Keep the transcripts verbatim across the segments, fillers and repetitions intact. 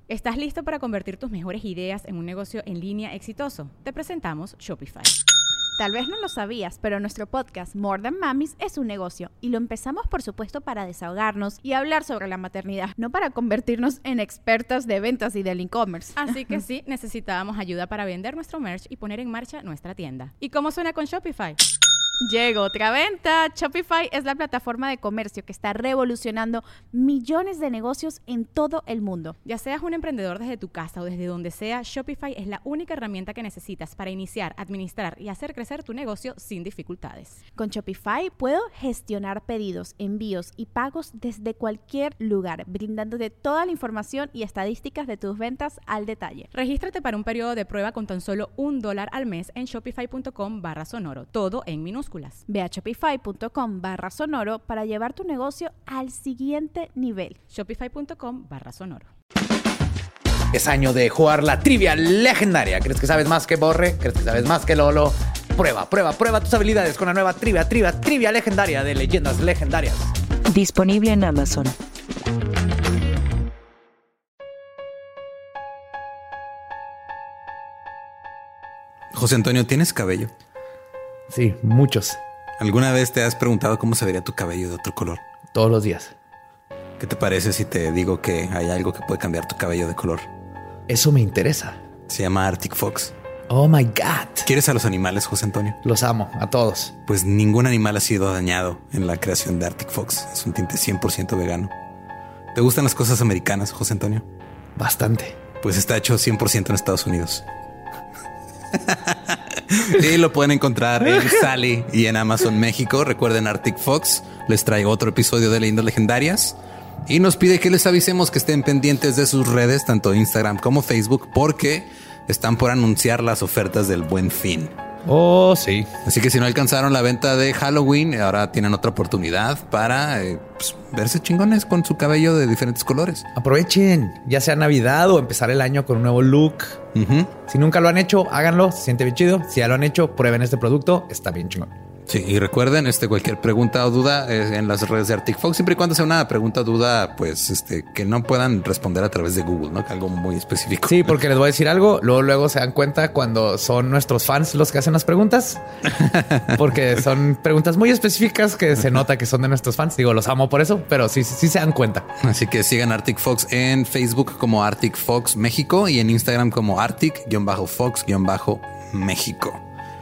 ¿Estás listo para convertir tus mejores ideas en un negocio en línea exitoso? Te presentamos Shopify. Tal vez no lo sabías, pero nuestro podcast More Than Mamis es un negocio y lo empezamos por supuesto para desahogarnos y hablar sobre la maternidad, no para convertirnos en expertas de ventas y del e-commerce. Así que sí, necesitábamos ayuda para vender nuestro merch y poner en marcha nuestra tienda. ¿Y cómo suena con Shopify? Llegó otra venta. Shopify es la plataforma de comercio que está revolucionando millones de negocios en todo el mundo. Ya seas un emprendedor desde tu casa o desde donde sea, Shopify es la única herramienta que necesitas para iniciar, administrar y hacer crecer tu negocio sin dificultades. Con Shopify puedo gestionar pedidos, envíos y pagos desde cualquier lugar, brindándote toda la información y estadísticas de tus ventas al detalle. Regístrate para un periodo de prueba con tan solo un dólar al mes en shopify.com barra sonoro, todo en minúsculas. Ve a shopify.com barra sonoro para llevar tu negocio al siguiente nivel. Shopify.com barra sonoro. Es año de jugar la trivia legendaria. ¿Crees que sabes más que Borre? ¿Crees que sabes más que Lolo? Prueba, prueba, prueba tus habilidades con la nueva trivia, trivia, trivia legendaria de Leyendas Legendarias. Disponible en Amazon. José Antonio, ¿tienes cabello? Sí, muchos. ¿Alguna vez te has preguntado cómo se vería tu cabello de otro color? Todos los días. ¿Qué te parece si te digo que hay algo que puede cambiar tu cabello de color? Eso me interesa. Se llama Arctic Fox. Oh my God. ¿Quieres a los animales, José Antonio? Los amo, a todos. Pues ningún animal ha sido dañado en la creación de Arctic Fox. Es un tinte cien por ciento vegano. ¿Te gustan las cosas americanas, José Antonio? Bastante. Pues está hecho cien por ciento en Estados Unidos. Sí, lo pueden encontrar en Sally y en Amazon México. Recuerden, Arctic Fox les trae otro episodio de Leyendas Legendarias y nos pide que les avisemos que estén pendientes de sus redes, tanto Instagram como Facebook, porque están por anunciar las ofertas del Buen Fin. Oh, sí. Así que si no alcanzaron la venta de Halloween, ahora tienen otra oportunidad para eh, pues, verse chingones con su cabello de diferentes colores. Aprovechen, ya sea Navidad o empezar el año con un nuevo look. Uh-huh. Si nunca lo han hecho, háganlo, se siente bien chido. Si ya lo han hecho, prueben este producto, está bien chingón. Sí, y recuerden, este, cualquier pregunta o duda eh, en las redes de Arctic Fox, siempre y cuando sea una pregunta o duda, pues este, que no puedan responder a través de Google, ¿no? Algo muy específico. Sí, porque les voy a decir algo, luego, luego se dan cuenta cuando son nuestros fans los que hacen las preguntas, porque son preguntas muy específicas que se nota que son de nuestros fans. Digo, los amo por eso, pero sí, sí se dan cuenta. Así que sigan Arctic Fox en Facebook como Arctic Fox México y en Instagram como Arctic-Fox-México.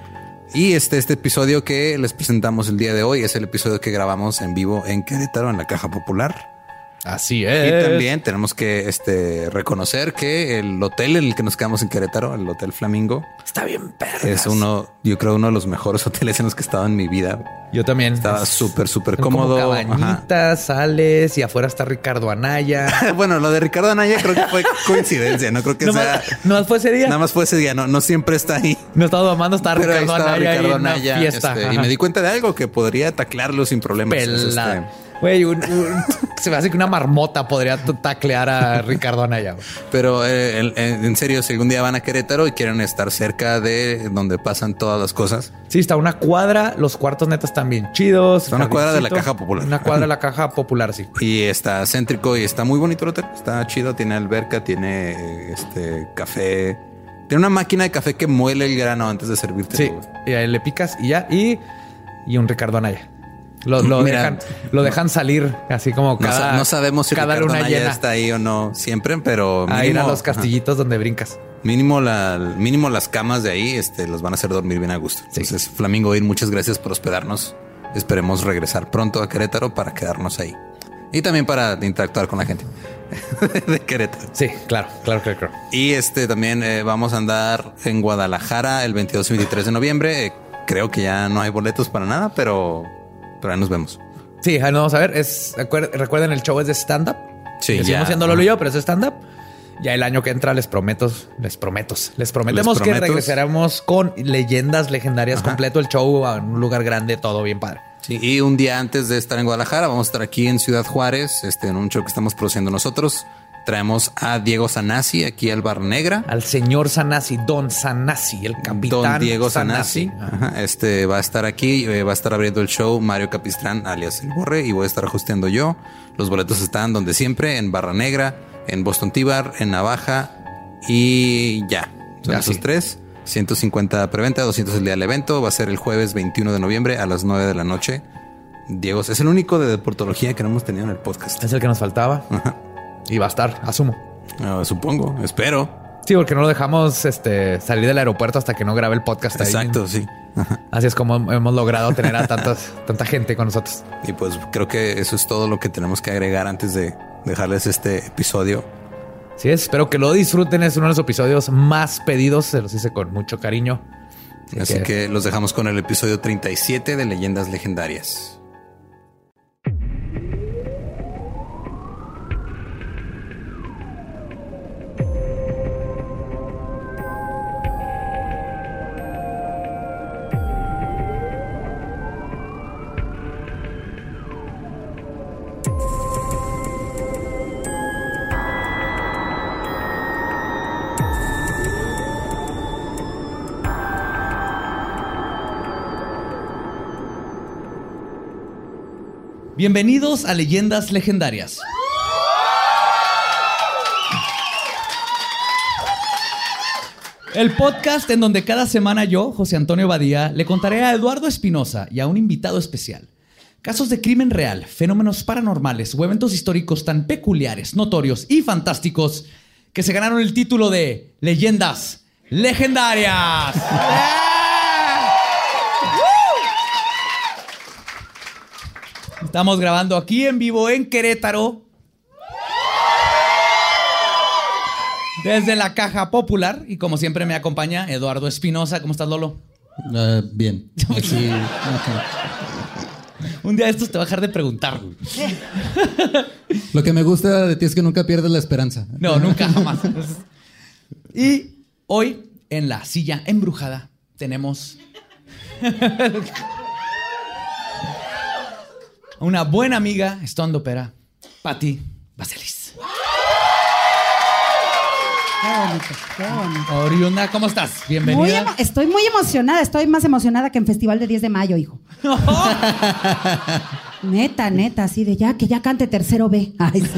Y este, este episodio que les presentamos el día de hoy es el episodio que grabamos en vivo en Querétaro, en la Caja Popular. Así es. Y también tenemos que este, reconocer que el hotel en el que nos quedamos en Querétaro, el Hotel Flamingo, está bien perras. Es uno, yo creo, uno de los mejores hoteles en los que he estado en mi vida. Yo también. Estaba súper, súper cómodo. Como cabañitas, sales y afuera está Ricardo Anaya. Bueno, lo de Ricardo Anaya creo que fue coincidencia. No creo que no sea. Más, no más fue ese día. Nada más fue ese día. No, no siempre está ahí. No estaba mamando, estaba Pero Ricardo estaba Anaya. Ricardo en una Anaya fiesta. Este, y me di cuenta de algo que podría taclearlo sin problemas. Pelada. Este, Güey, un, un, se me hace que una marmota podría taclear a Ricardo Anaya. Pero eh, en, en serio, si algún día van a Querétaro y quieren estar cerca de donde pasan todas las cosas. Sí, está una cuadra. Los cuartos netos están bien chidos. Está una cuadra de la Caja Popular. Una cuadra de la Caja Popular, sí. Y está céntrico y está muy bonito el hotel. Está chido. Tiene alberca, tiene este café. Tiene una máquina de café que muele el grano antes de servirte. Sí, y ahí le picas y ya. Y, y un Ricardo Anaya. Lo, lo, Mira, dejan, lo dejan salir así como cada... No, no sabemos si cada Ricardo luna Anaya llena está ahí o no siempre, pero... Mínimo, a ir a los castillitos ajá. donde brincas. Mínimo, la, mínimo las camas de ahí este, los van a hacer dormir bien a gusto. Sí. Entonces, Flamingo Ir, muchas gracias por hospedarnos. Esperemos regresar pronto a Querétaro para quedarnos ahí. Y también para interactuar con la gente de Querétaro. Sí, claro, claro, claro. claro. Y este también eh, vamos a andar en Guadalajara el veintidós y veintitrés de noviembre. Eh, creo que ya no hay boletos para nada, pero... Pero ahí nos vemos. Sí, ahí nos vamos a ver. Es, recuerden, el show es de stand-up. Sí, ya. Seguimos haciéndolo yo, pero es de stand-up. Ya el año que entra les prometo, les prometo, les prometemos les que regresaremos con Leyendas Legendarias Ajá. completo el show a un lugar grande, todo bien padre. Sí, y un día antes de estar en Guadalajara, vamos a estar aquí en Ciudad Juárez, este, en un show que estamos produciendo nosotros. Traemos a Diego Sanasi aquí al Bar Negra. Al señor Sanasi, Don Sanasi, el capitán. Don Diego Sanasi. Ajá, este va a estar aquí, eh, va a estar abriendo el show Mario Capistrán, alias El Borre, y voy a estar hosteando yo. Los boletos están donde siempre, en Barra Negra. en Boston Tea Bar, en Navaja y ya. Son Ya, esos sí. tres. ciento cincuenta preventa, doscientos el día del evento. Va a ser el jueves veintiuno de noviembre a las nueve de la noche. Diego es el único de deportología que no hemos tenido en el podcast. Es el que nos faltaba. Ajá. Y va a estar, asumo. Ah, supongo, espero. Sí, porque no lo dejamos este, salir del aeropuerto hasta que no grabe el podcast ahí. Exacto, sí. Ajá. Así es como hemos logrado tener a tantas, tanta gente con nosotros. Y pues creo que eso es todo lo que tenemos que agregar antes de dejarles este episodio. Sí, espero que lo disfruten. Es uno de los episodios más pedidos. Se los hice con mucho cariño. Así, Así que... que los dejamos con el episodio treinta y siete de Leyendas Legendarias. Bienvenidos a Leyendas Legendarias. El podcast en donde cada semana yo, José Antonio Badía, le contaré a Eduardo Espinosa y a un invitado especial casos de crimen real, fenómenos paranormales o eventos históricos tan peculiares, notorios y fantásticos que se ganaron el título de Leyendas Legendarias. Estamos grabando aquí en vivo en Querétaro. Desde la Caja Popular. Y como siempre me acompaña Eduardo Espinosa. ¿Cómo estás, Lolo? Uh, bien. Así, Un día de estos te va a dejar de preguntar, güey. lo que me gusta de ti es que nunca pierdes la esperanza. No, nunca, jamás. Y hoy, en la silla embrujada, tenemos una buena amiga, stand-upera, Patti Vaselis. Qué bonito, qué bonito. Oriunda, ¿cómo estás? Muy Bienvenida. emo- estoy muy emocionada. Estoy más emocionada que en Festival de diez de mayo, hijo. Neta, neta, así de ya, que ya cante tercero B. Ay, sí.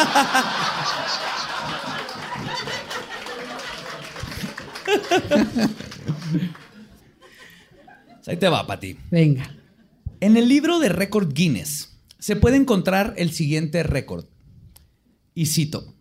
Ahí te va, Patti. Venga. En el libro de récord Guinness se puede encontrar el siguiente récord. Y cito: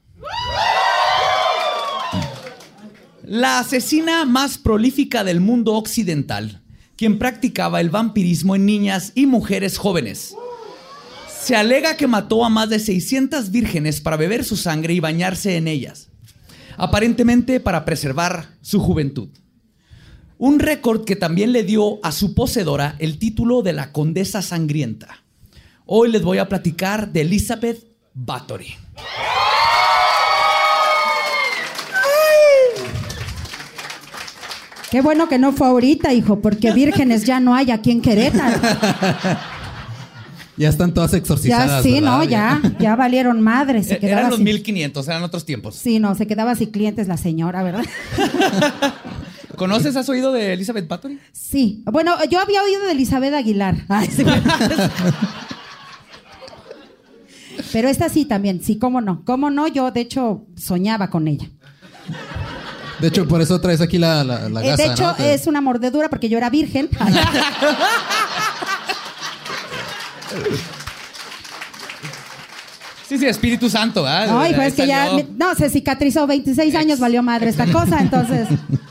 la asesina más prolífica del mundo occidental, quien practicaba el vampirismo en niñas y mujeres jóvenes. Se alega que mató a más de seiscientas vírgenes para beber su sangre y bañarse en ellas, aparentemente para preservar su juventud. Un récord que también le dio a su poseedora el título de la Condesa Sangrienta. Hoy les voy a platicar de Elizabeth Bathory. Qué bueno que no fue ahorita, hijo, porque vírgenes ya no hay aquí en Querétaro. Ya están todas exorcizadas. Ya sí, ¿verdad? no, ya, ya valieron madre. Se Eh, quedaba Eran los sin- mil quinientos, eran otros tiempos. Sí, no, se quedaba sin clientes la señora, ¿verdad? ¿Conoces, has oído de Elizabeth Bathory? Sí. Bueno, yo había oído de Elizabeth Aguilar. Ay, sí. Pero esta sí también, sí, cómo no. Cómo no, yo de hecho soñaba con ella. De hecho, por eso traes aquí la, la, la Eh, gasa, de hecho, ¿no? Te- es una mordedura porque yo era virgen. Sí, sí, Espíritu Santo. ¿Ah? No, hijo, Ahí es que ya. salió. me- no, se cicatrizó veintiséis años, valió madre esta cosa, entonces.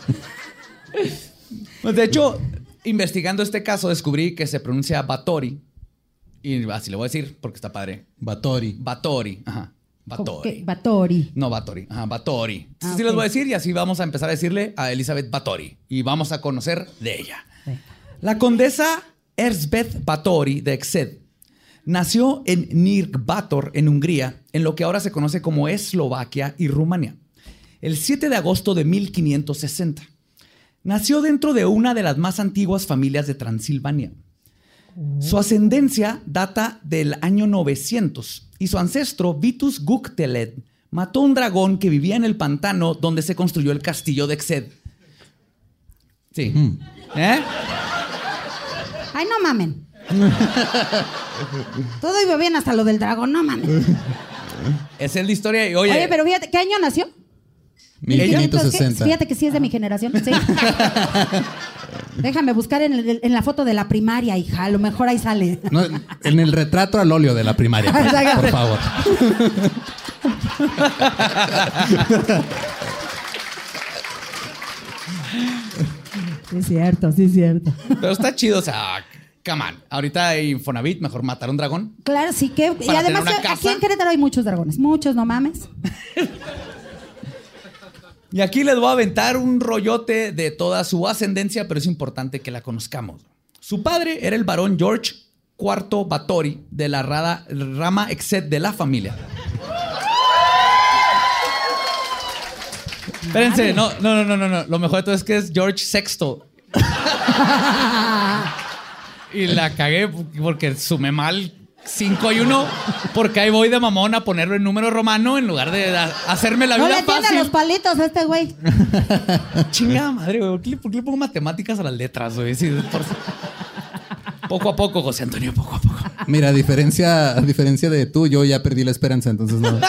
Pues de hecho, investigando este caso, descubrí que se pronuncia Bathory. Y así le voy a decir porque está padre. Bathory. Bathory. Ajá. ¿Qué? Bathory. Bathory. No, Bathory. Ajá, Bathory. Ah, Así ok. les voy a decir y así vamos a empezar a decirle a Elizabeth Bathory. Y vamos a conocer de ella. Sí. La condesa Erzsébet Bathory de Exed nació en Nyírbátor, en Hungría, en lo que ahora se conoce como Eslovaquia y Rumania, el siete de agosto de mil quinientos sesenta. Nació dentro de una de las más antiguas familias de Transilvania. Su ascendencia data del año novecientos y su ancestro, Vitus Gukteled, mató a un dragón que vivía en el pantano donde se construyó el castillo de Exed. Sí. ¿Eh? Ay, no mamen. Todo iba bien hasta lo del dragón, no mamen. Esa es la historia. Y, oye, Oye, pero fíjate, ¿qué año nació? mil quinientos sesenta. Fíjate que sí es de mi generación. Sí. Déjame buscar en, el- en la foto de la primaria, hija. A lo mejor ahí sale. No, en el retrato al óleo de la primaria, por, Exacto. por favor. Sí, es cierto, sí, es cierto. pero está chido. O sea, come on. Ahorita hay Infonavit, mejor matar a un dragón. Claro, sí que. Y Para además, tener una aquí casa. en Querétaro hay muchos dragones. Muchos, no mames. Y aquí les voy a aventar un rollote de toda su ascendencia, pero es importante que la conozcamos. Su padre era el barón George cuarto Báthory de la rada- rama Exed de la familia. Espérense, no, no, no, no, no, no. Lo mejor de todo es que es George sexto. Y la cagué porque sumé mal cinco y uno, porque ahí voy de mamón a ponerlo en número romano en lugar de a- hacerme la No vida le tiene fácil. los palitos a este güey. Chingada madre, güey. ¿Por qué, le- por qué le pongo matemáticas a las letras, güey? Sí, por- Poco a poco, José Antonio, poco a poco. Mira, a diferencia, a diferencia de tú, yo ya perdí la esperanza, entonces no.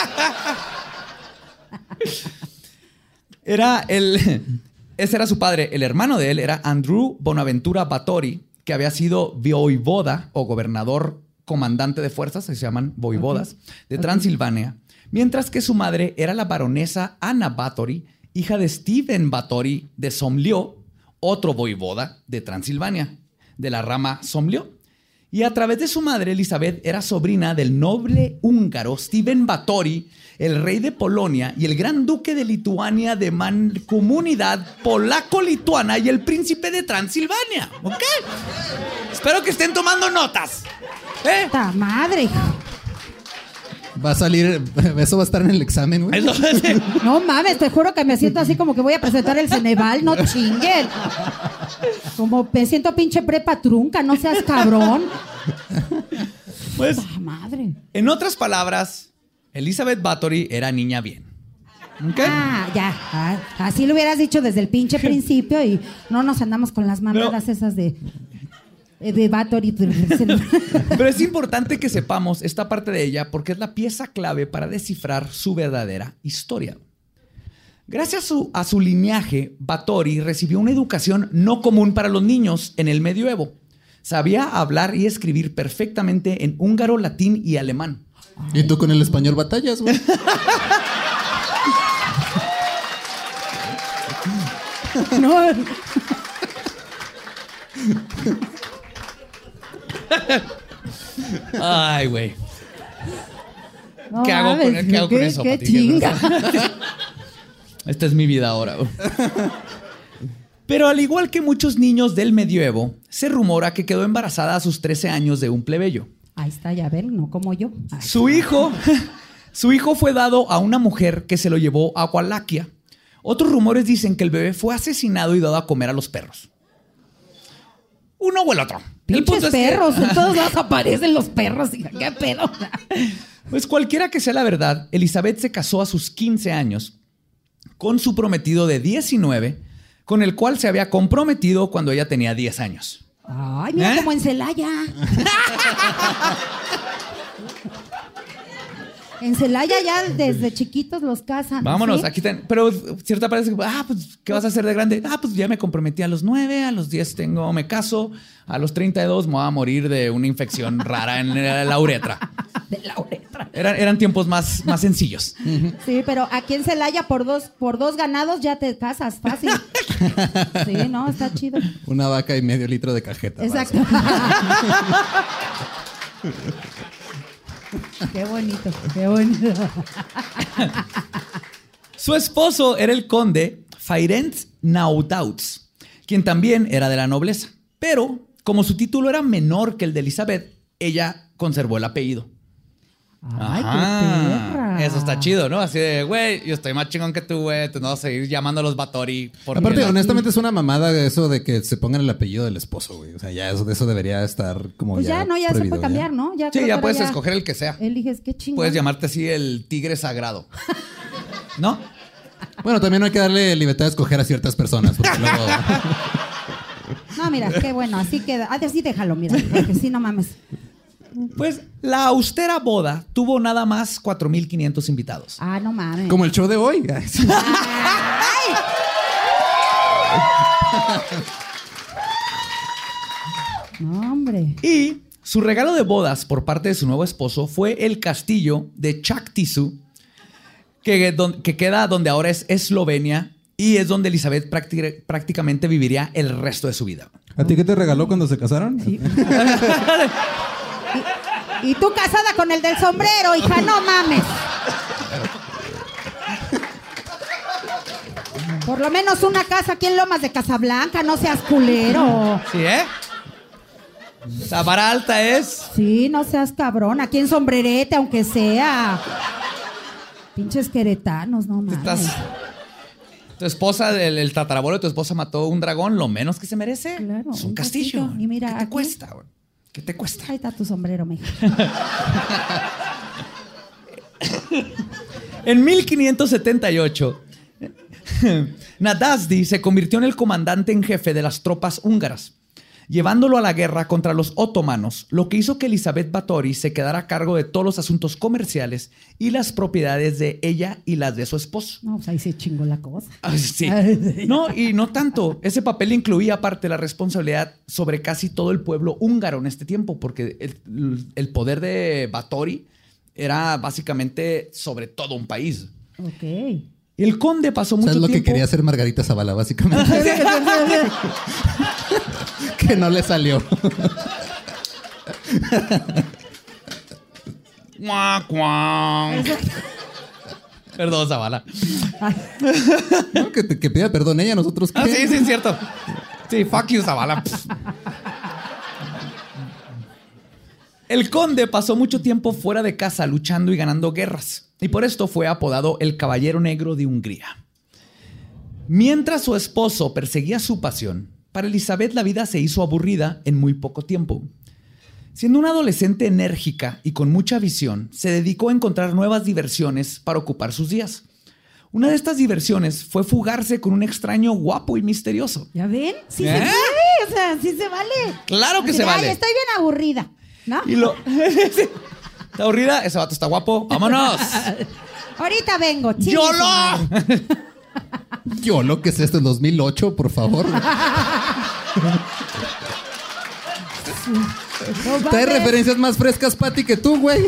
Era el... Ese era su padre. El hermano de él era Andrew Bonaventura Báthory, que había sido voivoda o gobernador comandante de fuerzas, se llaman voivodas, de Transilvania. Mientras que su madre era la baronesa Anna Báthory, hija de Stephen Báthory de Somlió, otro voivoda de Transilvania, de la rama Somlió. Y a través de su madre, Elizabeth era sobrina del noble húngaro Stephen Báthory, el rey de Polonia y el gran duque de Lituania de mancomunidad polaco-lituana y el príncipe de Transilvania. ¿Ok? Espero que estén tomando notas. ¿Eh? ¡Ta madre, hija! Va a salir, eso va a estar en el examen, güey. Eso es- No mames, te juro que me siento así como que voy a presentar el Ceneval, no chinguen. Como me siento pinche prepa trunca, no seas cabrón. Pues, ¡Ta madre! en otras palabras, Elizabeth Báthory era niña bien. ¿Ok? Ah, ya. Ah, así lo hubieras dicho desde el pinche principio y no nos andamos con las mamadas esas de. De Báthory. Pero es importante que sepamos esta parte de ella porque es la pieza clave para descifrar su verdadera historia. Gracias a su, a su linaje, Báthory recibió una educación no común para los niños en el medioevo. Sabía hablar y escribir perfectamente en húngaro, latín y alemán. Y tú con el español batallas, güey. No. Ay, güey. No ¿Qué hago con- mames, qué hago con qué- eso, qué Pati? chinga. Esta es mi vida ahora. Pero al igual que muchos niños del medioevo, se rumora que quedó embarazada a sus trece años de un plebeyo. Ahí está, ya ven, no como yo. Ay, Su hijo, su hijo fue dado a una mujer que se lo llevó a Wallachia. Otros rumores dicen que el bebé fue asesinado y dado a comer a los perros. Uno o el otro. El pinches punto es que- perros, en todos lados aparecen los perros, hija, qué pedo. Pues cualquiera que sea la verdad, Elizabeth se casó a sus quince años con su prometido de diecinueve, con el cual se había comprometido cuando ella tenía diez años. Ay, mira ¿Eh? como en Celaya. En Celaya ya desde chiquitos los casan. Vámonos, ¿sí? aquí ten, pero cierta parece, ah, pues, ¿qué vas a hacer de grande? Ah, pues ya me comprometí a los nueve, a los diez tengo, me caso, a los treinta y dos me voy a morir de una infección rara en la uretra. De la uretra. Eran, eran tiempos más, más sencillos. Sí, pero aquí en Celaya por dos, por dos ganados ya te casas, fácil. Sí, no, está chido. Una vaca y medio litro de cajeta. Exacto. Qué bonito, qué bonito. Su esposo era el conde Ferenc Naudauts, quien también era de la nobleza. Pero como su título era menor que el de Elizabeth, ella conservó el apellido. Ay, Ajá. qué perra. Eso está chido, ¿no? Así de, güey, yo estoy más chingón que tú, güey. Tú no vas a seguir llamando a los Báthory. porque Aparte, no- honestamente, es una mamada eso de que se pongan el apellido del esposo, güey. O sea, ya eso, eso debería estar como Pues ya, no, ya se prohibido, puede cambiar, ¿no? Ya Sí, creo que ya ahora puedes escoger el que sea. Eliges qué chingón. Puedes llamarte así el tigre sagrado. ¿No? Bueno, también no hay que darle libertad de escoger a ciertas personas. Porque luego... No, mira, qué bueno, así queda. Ah, así déjalo, mira, porque sí, no mames. Pues la austera boda tuvo nada más cuatro mil quinientos invitados. Ah, no mames. Como el show de hoy. No, hombre. Y su regalo de bodas por parte de su nuevo esposo fue el castillo de Chaktisu, que, don, que queda donde ahora es Eslovenia y es donde Elizabeth prácti- prácticamente viviría el resto de su vida. ¿A ti qué te regaló cuando se casaron? Sí. y, y tú casada con el del sombrero, hija, no mames. Por lo menos una casa aquí en Lomas de Casablanca, no seas culero. ¿Sí, eh? La vara alta es... Sí, no seas cabrón. Aquí en Sombrerete, aunque sea. Pinches queretanos, no mames. Estás... Tu esposa, el, el tatarabuelo de tu esposa mató un dragón, lo menos que se merece. Claro, es un, un castillo. castillo. Y mira, ¿Qué te aquí- cuesta, güey? ¿Qué te cuesta? Ahí está tu sombrero, mija. En mil quinientos setenta y ocho, Nadasdi se convirtió en el comandante en jefe de las tropas húngaras, llevándolo a la guerra contra los otomanos, lo que hizo que Elizabeth Báthory se quedara a cargo de todos los asuntos comerciales y las propiedades de ella y las de su esposo. No, pues ahí se chingó la cosa. Ah, sí. No, y no tanto. Ese papel incluía aparte la responsabilidad sobre casi todo el pueblo húngaro en este tiempo, porque el, el poder de Báthory era básicamente sobre todo un país. Ok. Y el conde pasó mucho ¿Sabes lo tiempo... que quería hacer Margarita Zavala, básicamente? Que no le salió. Cuac, cuac. Perdón, Zavala. No, que, te- que pida perdón ella, nosotros. Ah, ¿qué? sí, sí, es cierto. Sí, fuck you, Zavala. El conde pasó mucho tiempo fuera de casa luchando y ganando guerras, y por esto fue apodado el Caballero Negro de Hungría. Mientras su esposo perseguía su pasión, para Elizabeth la vida se hizo aburrida en muy poco tiempo. Siendo una adolescente enérgica y con mucha visión, se dedicó a encontrar nuevas diversiones para ocupar sus días. Una de estas diversiones fue fugarse con un extraño guapo y misterioso. ¿Ya ven? Sí ¿Eh? se puede, o sea, sí se vale. Claro que Así se de, "Ay, vale. estoy bien aburrida, ¿no? Y lo... ¿Está aburrida? Ese vato está guapo. ¡Vámonos! Ahorita vengo, chingue su ¡Yolo! madre. Yo lo que es esto en dos mil ocho, por favor. No Trae mames. referencias más frescas, Pati, que tú, güey.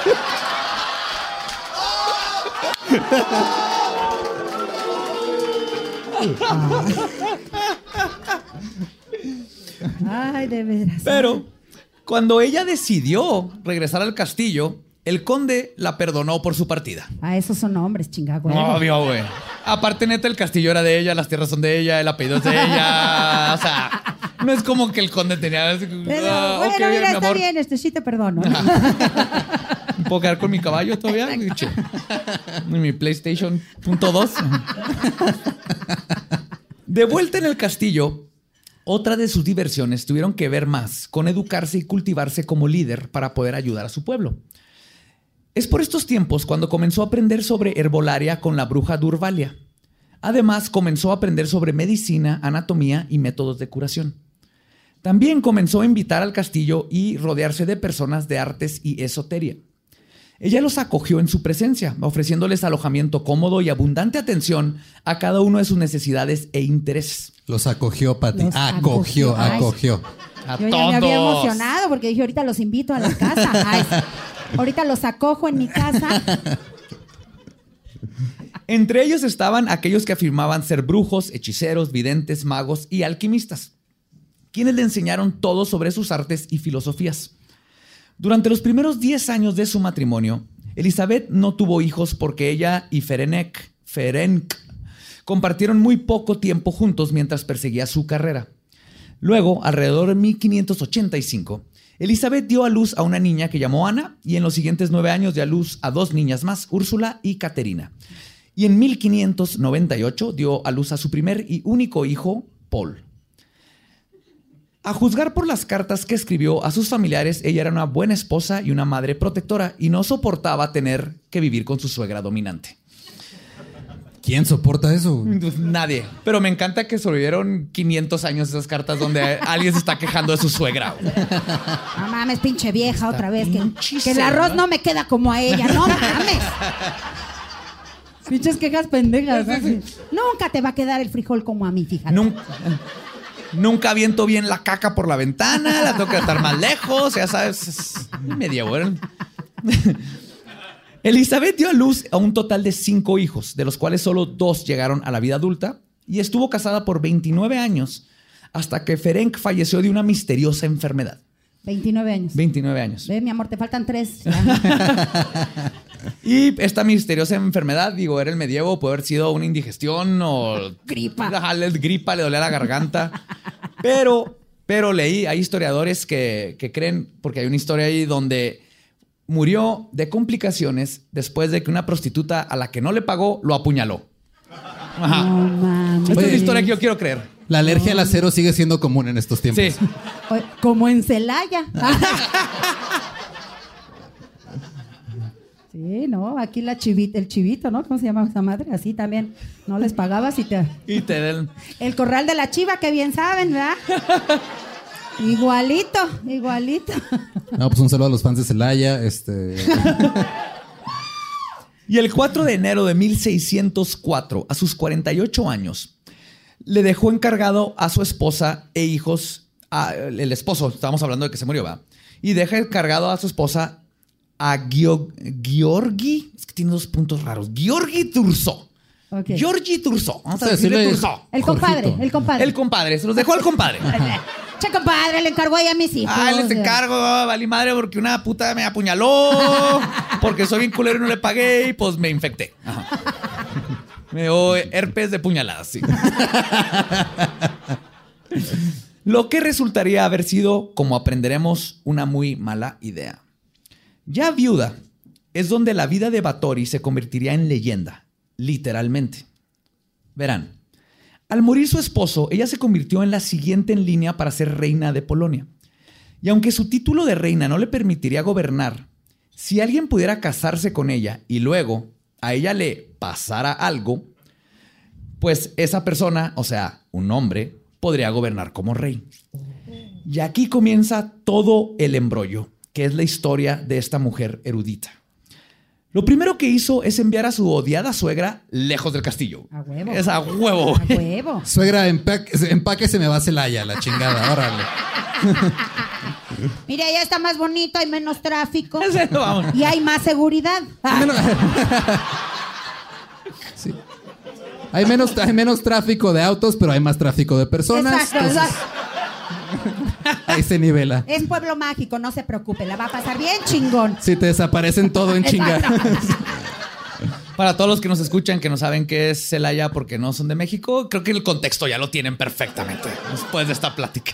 Ay, de veras. Pero cuando ella decidió regresar al castillo, el conde la perdonó por su partida. Ah, esos son hombres, chingagüey. Obvio, güey. Aparte, neta, el castillo era de ella, las tierras son de ella, el apellido es de ella. O sea, no es como que el conde tenía... Pero, Ah, bueno, ok, bien, mira, mi está amor. bien, este sí te perdono. ¿Puedo quedar con mi caballo todavía? Che. Y mi PlayStation punto dos. De vuelta en el castillo, otra de sus diversiones tuvieron que ver más con educarse y cultivarse como líder para poder ayudar a su pueblo. Es por estos tiempos cuando comenzó a aprender sobre herbolaria con la bruja Durvalia. Además, comenzó a aprender sobre medicina, anatomía y métodos de curación. También comenzó a invitar al castillo y rodearse de personas de artes y esoteria. Ella los acogió en su presencia, ofreciéndoles alojamiento cómodo y abundante atención a cada uno de sus necesidades e intereses. Los acogió, Pati. Los Acogió, acogió. Ay. acogió. A Yo ya todos. me había emocionado porque dije, ahorita los invito a la casa. Ay, ahorita los acojo en mi casa. Entre ellos estaban aquellos que afirmaban ser brujos, hechiceros, videntes, magos y alquimistas, quienes le enseñaron todo sobre sus artes y filosofías. Durante los primeros diez años de su matrimonio, Elizabeth no tuvo hijos porque ella y Ferenc, Ferenc compartieron muy poco tiempo juntos mientras perseguía su carrera. Luego, alrededor de mil quinientos ochenta y cinco, Elizabeth dio a luz a una niña que llamó Ana y en los siguientes nueve años dio a luz a dos niñas más, Úrsula y Caterina. Y en mil quinientos noventa y ocho dio a luz a su primer y único hijo, Paul. A juzgar por las cartas que escribió a sus familiares, ella era una buena esposa y una madre protectora y no soportaba tener que vivir con su suegra dominante. ¿Quién soporta eso? Pues nadie. Pero me encanta que sobrevivieron quinientos años esas cartas donde alguien se está quejando de su suegra. No mames, pinche vieja, otra vez. Que, pinche que el arroz cerda. no me queda como a ella. No mames. Pinches quejas pendejas. ¿no? Nunca te va a quedar el frijol como a mí, fíjate. Nunca, nunca aviento bien la caca por la ventana. La tengo que estar más lejos. Ya sabes, es medievo. ¿eh? Elizabeth dio a luz a un total de cinco hijos, de los cuales solo dos llegaron a la vida adulta, y estuvo casada por veintinueve años hasta que Ferenc falleció de una misteriosa enfermedad. veintinueve años. veintinueve años. Ve, mi amor, te faltan tres. Y esta misteriosa enfermedad, digo, era el medievo, puede haber sido una indigestión o... Gripa. Ajá, le- gripa, le dolía la garganta. Pero, pero leí, hay historiadores que, que creen, porque hay una historia ahí donde murió de complicaciones después de que una prostituta a la que no le pagó lo apuñaló. Ajá. No mames. Esta es Oye. la historia que yo quiero creer. La alergia al acero sigue siendo común en estos tiempos. Sí. Oye, como en Celaya. Sí, no, aquí la chivita, el chivito, ¿no? ¿Cómo se llama esa madre? Así también. No les pagabas y te... Y te den... El corral de la chiva, que bien saben, ¿verdad? Igualito, igualito. No, pues un saludo a los fans de Celaya. Este. Y el cuatro de enero de mil seiscientos cuatro, a sus cuarenta y ocho años, le dejó encargado a su esposa e hijos, a, el esposo, estábamos hablando de que se murió, ¿va? Y deja encargado a su esposa a Gio- Giorgi, es que tiene dos puntos raros, Giorgi Turso. Ok. Giorgi Turso, vamos a Sí, decirle decirle- Turso. El compadre, Jorgito. el compadre. El compadre, se los dejó al compadre. Che, compadre, le encargó ahí a mis hijos. Ah, les encargo, valí madre porque una puta me apuñaló, porque soy bien culero y no le pagué y pues me infecté. Ajá. Me dio herpes de puñaladas, sí. Lo que resultaría haber sido, como aprenderemos, una muy mala idea. Ya viuda, es donde la vida de Báthory se convertiría en leyenda, literalmente. Verán. Al morir su esposo, ella se convirtió en la siguiente en línea para ser reina de Polonia. Y aunque su título de reina no le permitiría gobernar, si alguien pudiera casarse con ella y luego a ella le pasara algo, pues esa persona, o sea, un hombre, podría gobernar como rey. Y aquí comienza todo el embrollo, que es la historia de esta mujer erudita. Lo primero que hizo es enviar a su odiada suegra lejos del castillo. A huevo. Es a huevo. A huevo. Suegra, empaque, empaque se me va a Celaya, la chingada. Órale. Mira, ya está más bonito, hay menos tráfico. Vamos. Y hay más seguridad. Sí. Hay menos, hay menos tráfico de autos, pero hay más tráfico de personas. Exacto, Entonces, ahí se nivela. Es pueblo mágico, no se preocupe, la va a pasar bien chingón. Si te desaparecen todo en chinga. Para todos los que nos escuchan, que no saben qué es Celaya porque no son de México, creo que el contexto ya lo tienen perfectamente después de esta plática.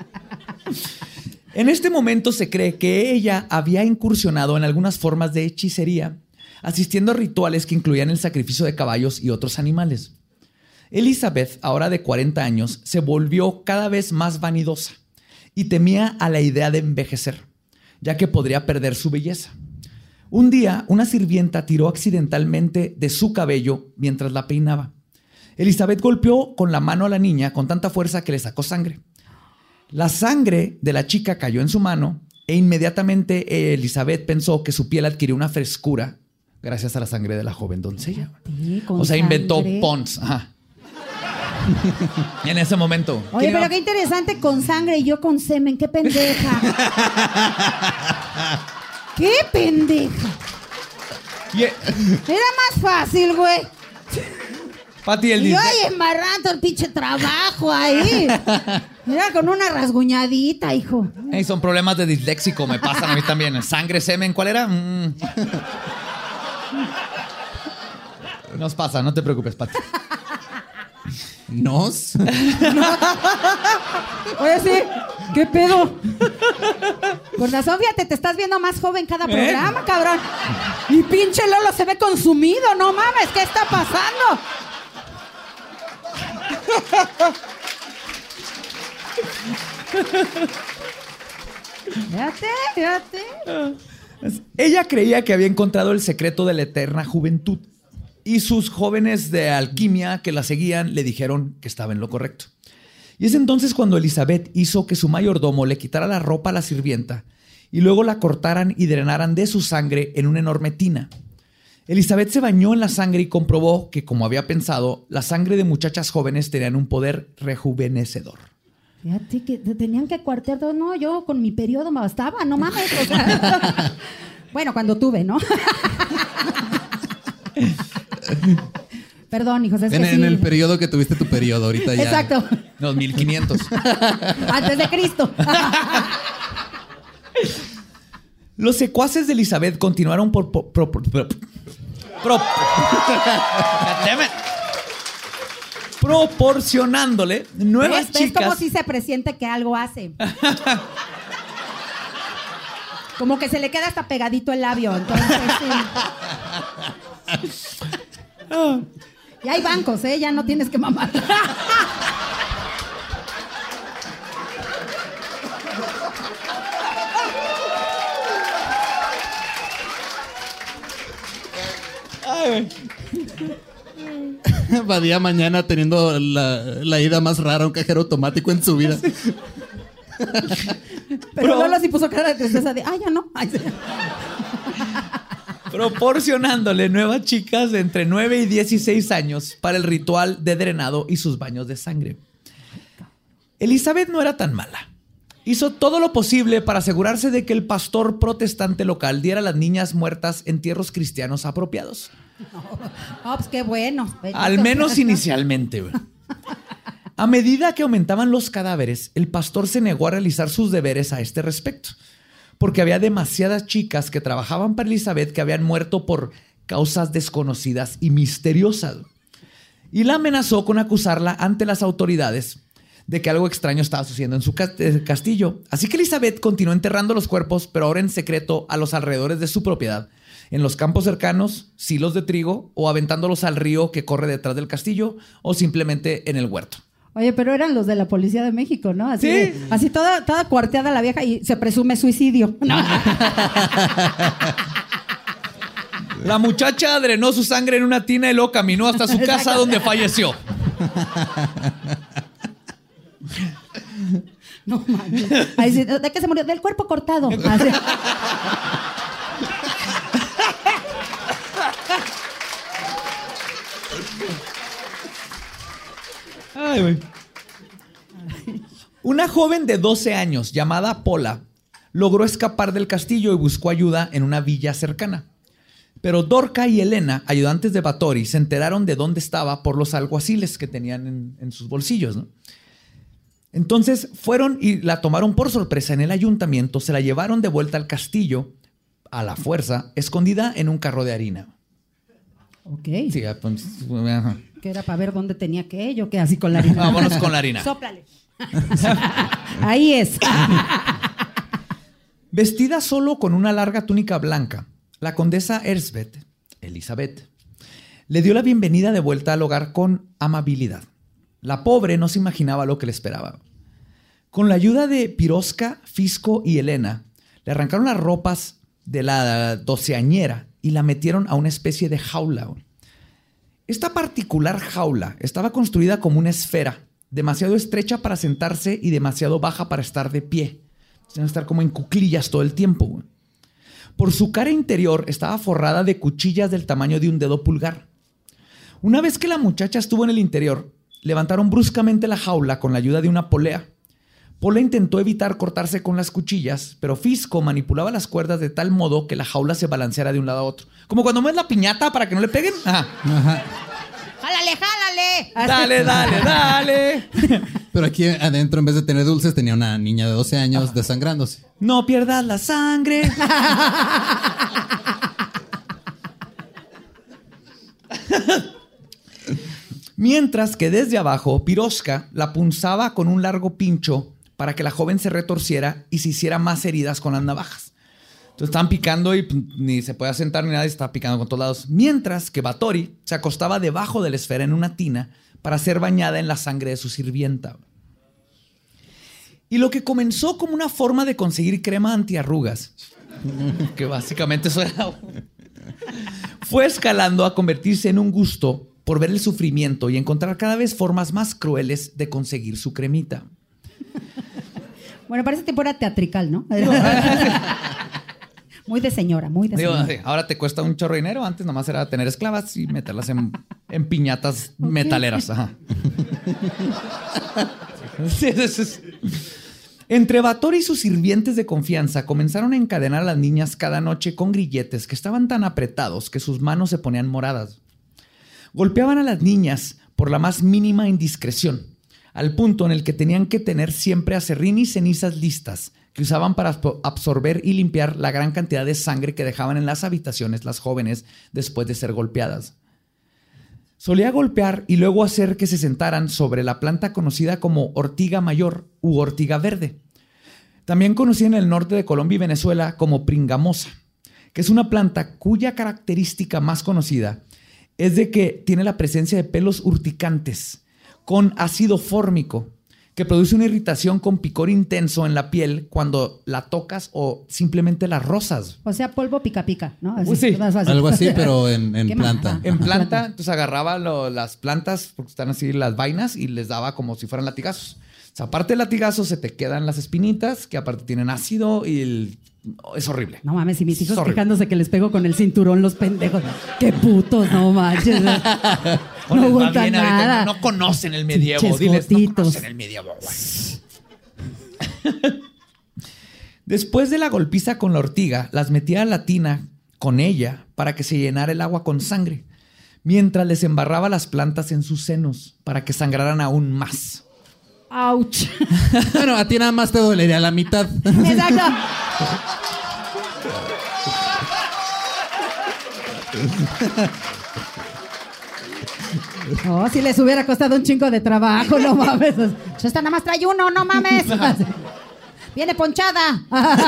En este momento se cree que ella había incursionado en algunas formas de hechicería, asistiendo a rituales que incluían el sacrificio de caballos y otros animales. Elizabeth, ahora de cuarenta años, se volvió cada vez más vanidosa y temía a la idea de envejecer, ya que podría perder su belleza. Un día, una sirvienta tiró accidentalmente de su cabello mientras la peinaba. Elizabeth golpeó con la mano a la niña con tanta fuerza que le sacó sangre. La sangre de la chica cayó en su mano e inmediatamente Elizabeth pensó que su piel adquirió una frescura gracias a la sangre de la joven doncella. Sí, con O sea, inventó sangre. Pons. Ajá. En ese momento. Oye, ¿Quién pero iba? qué interesante con sangre y yo con semen. ¡Qué pendeja! ¡Qué pendeja! Y- Era más fácil, güey. Pati, el Y yo disle- ahí embarrando el pinche trabajo ahí. Mira, con una rasguñadita, hijo. Ey, son problemas de disléxico, me pasan a mí también. Sangre, semen, ¿cuál era? Mm. Nos pasa, no te preocupes, Pati. ¿Nos? Oye, sí. ¿Qué pedo? Con razón, fíjate, te estás viendo más joven cada programa, cabrón. Y pinche Lolo se ve consumido, no mames, ¿qué está pasando? Fíjate, fíjate. Ella creía que había encontrado el secreto de la eterna juventud. y sus jóvenes de alquimia que la seguían le dijeron que estaba en lo correcto. Y es entonces cuando Elizabeth hizo que su mayordomo le quitara la ropa a la sirvienta y luego la cortaran y drenaran de su sangre en una enorme tina. Elizabeth se bañó en la sangre y comprobó que, como había pensado, la sangre de muchachas jóvenes tenían un poder rejuvenecedor. Fíjate que te tenían que cuartear todo. No, yo con mi periodo me bastaba, no mames. O sea, bueno, cuando tuve, ¿no? Perdón, hijos, es en, que en sí. el periodo que tuviste tu periodo, ahorita ya. Exacto. No, mil quinientos. Antes de Cristo. Los secuaces de Elizabeth continuaron por... por, por, por, por Pro- proporcionándole nuevas ¿Ves? ¿Ves chicas. cómo si se presiente que algo hace? Como que se le queda hasta pegadito el labio. Entonces, sí. Y hay bancos, ¿eh? Ya no tienes que mamar. Badía mañana teniendo la, la ida más rara a un cajero automático en su vida. Pero Lolo sí puso cara de tristeza de, ah, ya no. Ay, sí. Proporcionándole nuevas chicas de entre nueve y dieciséis años para el ritual de drenado y sus baños de sangre. Elizabeth no era tan mala. Hizo todo lo posible para asegurarse de que el pastor protestante local diera a las niñas muertas entierros cristianos apropiados. No, no, pues qué bueno. Al menos inicialmente, güey. A medida que aumentaban los cadáveres, el pastor se negó a realizar sus deberes a este respecto, porque había demasiadas chicas que trabajaban para Elizabeth que habían muerto por causas desconocidas y misteriosas. Y la amenazó con acusarla ante las autoridades de que algo extraño estaba sucediendo en su castillo. Así que Elizabeth continuó enterrando los cuerpos, pero ahora en secreto a los alrededores de su propiedad, en los campos cercanos, silos de trigo, o aventándolos al río que corre detrás del castillo, o simplemente en el huerto. Oye, pero eran los de la Policía de México, ¿no? Así, Sí. de- así toda, toda cuarteada la vieja y se presume suicidio. No. La muchacha drenó su sangre en una tina y luego caminó hasta su casa Exacto. donde falleció. No manches. Ahí sí, ¿de qué se murió? Del cuerpo cortado. Así. Ay, güey. Una joven de doce años llamada Pola logró escapar del castillo y buscó ayuda en una villa cercana. Pero Dorca y Elena, ayudantes de Báthory, se enteraron de dónde estaba por los alguaciles que tenían en, en sus bolsillos, ¿no? Entonces fueron y la tomaron por sorpresa en el ayuntamiento, se la llevaron de vuelta al castillo a la fuerza, escondida en un carro de harina. Ok. Sí, pues, ajá. Que era para ver dónde tenía que ir, yo que así con la harina. Vámonos con la harina. Sóplale. Ahí es. Vestida solo con una larga túnica blanca, la condesa Erzbeth, Elizabeth, le dio la bienvenida de vuelta al hogar con amabilidad. La pobre no se imaginaba lo que le esperaba. Con la ayuda de Piroska, Fisco y Elena, le arrancaron las ropas de la doceañera y la metieron a una especie de jaula. Esta particular jaula estaba construida como una esfera, demasiado estrecha para sentarse y demasiado baja para estar de pie. Tienen que estar como en cuclillas todo el tiempo, güey. Por su cara interior estaba forrada de cuchillas del tamaño de un dedo pulgar. Una vez que la muchacha estuvo en el interior, levantaron bruscamente la jaula con la ayuda de una polea. Pola intentó evitar cortarse con las cuchillas, pero Fisco manipulaba las cuerdas de tal modo que la jaula se balanceara de un lado a otro. Como cuando mueves la piñata para que no le peguen. Ajá. Ajá. ¡Jálale, jálale! Dale, dale, dale. Pero aquí adentro, en vez de tener dulces, tenía una niña de doce años desangrándose. No pierdas la sangre. Mientras que desde abajo, Piroska la punzaba con un largo pincho para que la joven se retorciera y se hiciera más heridas con las navajas. Entonces estaban picando y pues, ni se podía sentar ni nada y estaba picando con todos lados. Mientras que Báthory se acostaba debajo de la esfera en una tina para ser bañada en la sangre de su sirvienta. Y lo que comenzó como una forma de conseguir crema antiarrugas, que básicamente eso era, Fue escalando a convertirse en un gusto por ver el sufrimiento y encontrar cada vez formas más crueles de conseguir su cremita. Bueno, parece que era teatrical, ¿no? Muy de señora, muy de Digo, señora. sí, ahora te cuesta un chorro de dinero. Antes nomás era tener esclavas y meterlas en, en piñatas okay. metaleras. Ajá. Sí, sí, sí. Entre Báthory y sus sirvientes de confianza comenzaron a encadenar a las niñas cada noche con grilletes que estaban tan apretados que sus manos se ponían moradas. Golpeaban a las niñas por la más mínima indiscreción, al punto en el que tenían que tener siempre aserrín y cenizas listas que usaban para absorber y limpiar la gran cantidad de sangre que dejaban en las habitaciones las jóvenes después de ser golpeadas. Solía golpear y luego hacer que se sentaran sobre la planta conocida como ortiga mayor u ortiga verde, también conocida en el norte de Colombia y Venezuela como pringamosa, que es una planta cuya característica más conocida es de que tiene la presencia de pelos urticantes con ácido fórmico, que produce una irritación con picor intenso en la piel cuando la tocas o simplemente la rozas. O sea, polvo pica pica, ¿no? Así, Pues sí, algo así, pero en, en planta. En planta, entonces agarraba lo, las plantas, porque están así las vainas, y les daba como si fueran latigazos. O sea, aparte del latigazo, se te quedan las espinitas, que aparte tienen ácido y el... es horrible. No mames, y mis hijos quejándose que les pego con el cinturón los pendejos. ¡Qué putos, no manches! No aguantan nada. No, no conocen el medievo. Pinches Diles, gotitos. no conocen el medievo. Después de la golpiza con la ortiga, las metía a la tina con ella para que se llenara el agua con sangre, mientras les embarraba las plantas en sus senos para que sangraran aún más. ¡Auch! Bueno, a ti nada más te dolería la mitad. Exacto. No, si les hubiera costado un chingo de trabajo, no mames. Esta nada más trae uno, no mames. Viene ponchada.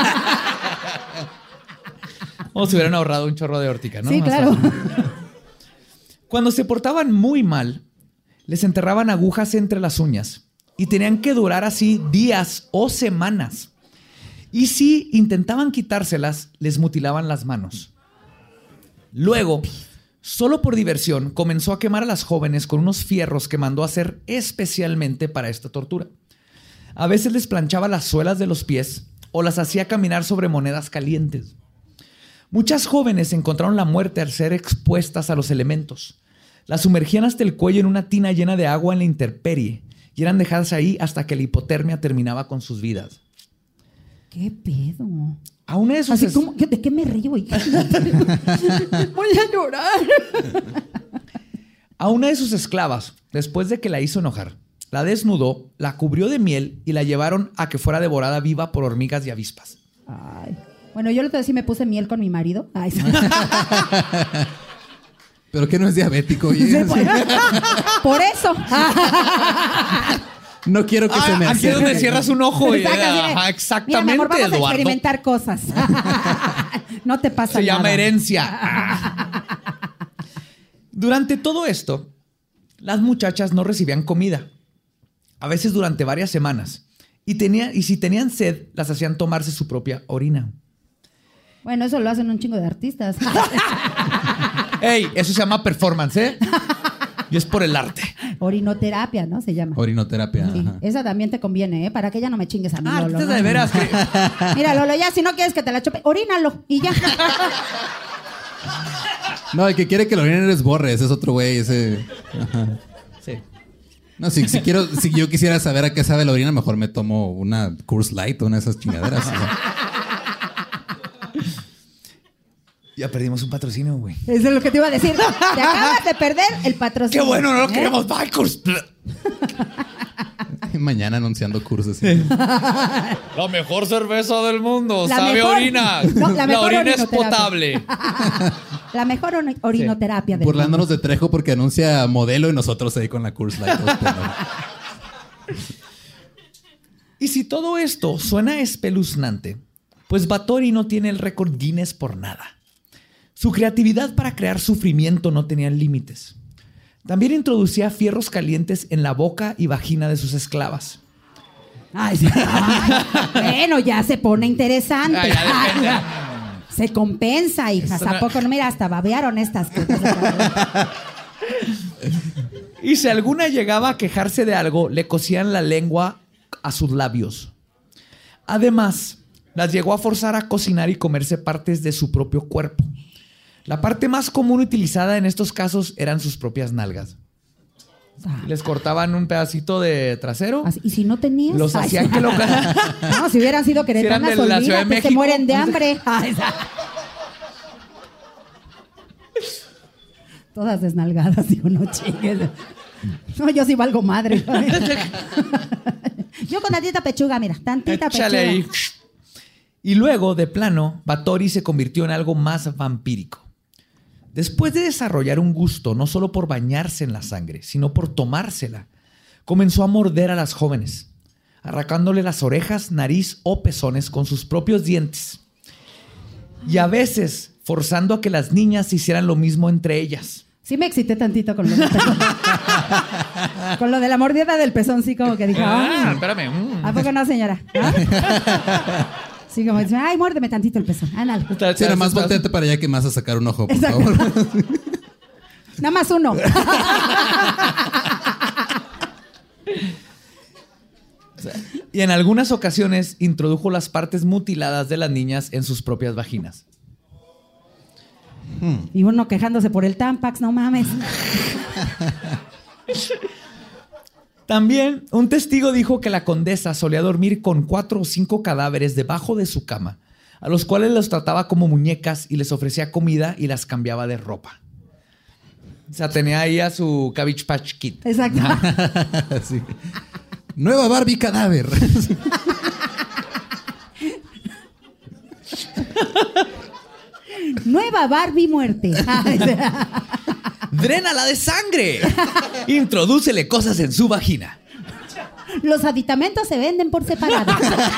O se hubieran ahorrado un chorro de ortiga, ¿no? Sí, Más claro. fácil. Cuando se portaban muy mal, les enterraban agujas entre las uñas y tenían que durar así días o semanas. Y si intentaban quitárselas, les mutilaban las manos. Luego, solo por diversión, comenzó a quemar a las jóvenes con unos fierros que mandó a hacer especialmente para esta tortura. A veces les planchaba las suelas de los pies o las hacía caminar sobre monedas calientes. Muchas jóvenes encontraron la muerte al ser expuestas a los elementos. Las sumergían hasta el cuello en una tina llena de agua en la intemperie y eran dejadas ahí hasta que la hipotermia terminaba con sus vidas. ¿Qué pedo? A una de sus Así es... como, ¿de qué me río? Voy a llorar. A una de sus esclavas, después de que la hizo enojar, la desnudó, la cubrió de miel y la llevaron a que fuera devorada viva por hormigas y avispas. Ay. Bueno, yo la otra vez sí me puse miel con mi marido. Ay, sí. ¿Pero qué no es diabético? Oye? Sí, por, por eso. No quiero que ah, se me aquí es donde cierras un ojo. Y, Exacto, ajá, exactamente, mira, mi amor, vamos Eduardo. a experimentar cosas. No te pasa Se nada. llama herencia. Durante todo esto, las muchachas no recibían comida. A veces durante varias semanas. Y, tenía, y si tenían sed, las hacían tomarse su propia orina. Bueno, eso lo hacen un chingo de artistas. Ey, eso se llama performance, ¿eh? Y es por el arte. Orinoterapia, ¿no? Se llama. Orinoterapia. Sí, Ajá. esa también te conviene, ¿eh? Para que ya no me chingues a mí, Ah, Lolo. de ¿no? veras. Que... Mira, Lolo, ya si no quieres que te la chope, orínalo y ya. No, el que quiere que lo orinen es Borre. Ese es otro güey. Ese... Ajá. Sí. No, si, si, quiero, si yo quisiera saber a qué sabe la orina, mejor me tomo una Coors Light o una de esas chingaderas. O sea. Ya perdimos un patrocinio, güey. Eso es lo que te iba a decir. Te acabas de perder el patrocinio. ¡Qué bueno! No lo ¿eh? queremos. Bye, Coors. Mañana anunciando cursos. Sí. La mejor cerveza del mundo. La sabe mejor, orina. No, la, la orina es orinoterapia. potable. La mejor or orinoterapia. Sí. Burlándonos de Trejo porque anuncia modelo y nosotros ahí con la Coors Light. Y si todo esto suena espeluznante, pues Báthory no tiene el récord Guinness por nada. Su creatividad para crear sufrimiento no tenía límites. También introducía fierros calientes en la boca y vagina de sus esclavas. Ay, sí. Ay, bueno, ya se pone interesante. Ay, ya depende. Se compensa, hijas. ¿A poco no? Mira, hasta babearon estas cosas. Y si alguna llegaba a quejarse de algo, le cosían la lengua a sus labios. Además, las llegó a forzar a cocinar y comerse partes de su propio cuerpo. La parte más común utilizada en estos casos eran sus propias nalgas. Les cortaban un pedacito de trasero. Así, y si no tenías... Los Ay, hacían que lo... No, si hubieran sido queretanas, Si eran de la Ciudad de olvídate, se México. mueren de hambre. Ay, todas desnalgadas, digo, no chingues. No, yo sí valgo madre. Yo con tantita pechuga, mira, tantita Échale pechuga. ahí. Y luego, de plano, Báthory se convirtió en algo más vampírico. Después de desarrollar un gusto no solo por bañarse en la sangre, sino por tomársela, comenzó a morder a las jóvenes, arrancándole las orejas, nariz o pezones con sus propios dientes. Y a veces forzando a que las niñas hicieran lo mismo entre ellas. Sí me excité tantito con lo, de con lo de la mordida del pezón, sí, como que dije, Ah, ay, espérame. mm. ¿a poco no, señora? ¿Ah? Sí, como dice, ay, muérdeme tantito el pezón. Ándale. Sí, nada más volteate para allá que me vas a sacar un ojo, por Exacto. favor. Nada más uno. Y en algunas ocasiones introdujo las partes mutiladas de las niñas en sus propias vaginas. Y uno quejándose por el Tampax, no mames. También un testigo dijo que la condesa solía dormir con cuatro o cinco cadáveres debajo de su cama, a los cuales los trataba como muñecas y les ofrecía comida y las cambiaba de ropa. O sea, tenía ahí a su Cabbage Patch Kid. Exacto. Sí. Nueva Barbie cadáver. Nueva Barbie muerte. ¡Drénala de sangre! Introdúcele cosas en su vagina. Los aditamentos se venden por separado.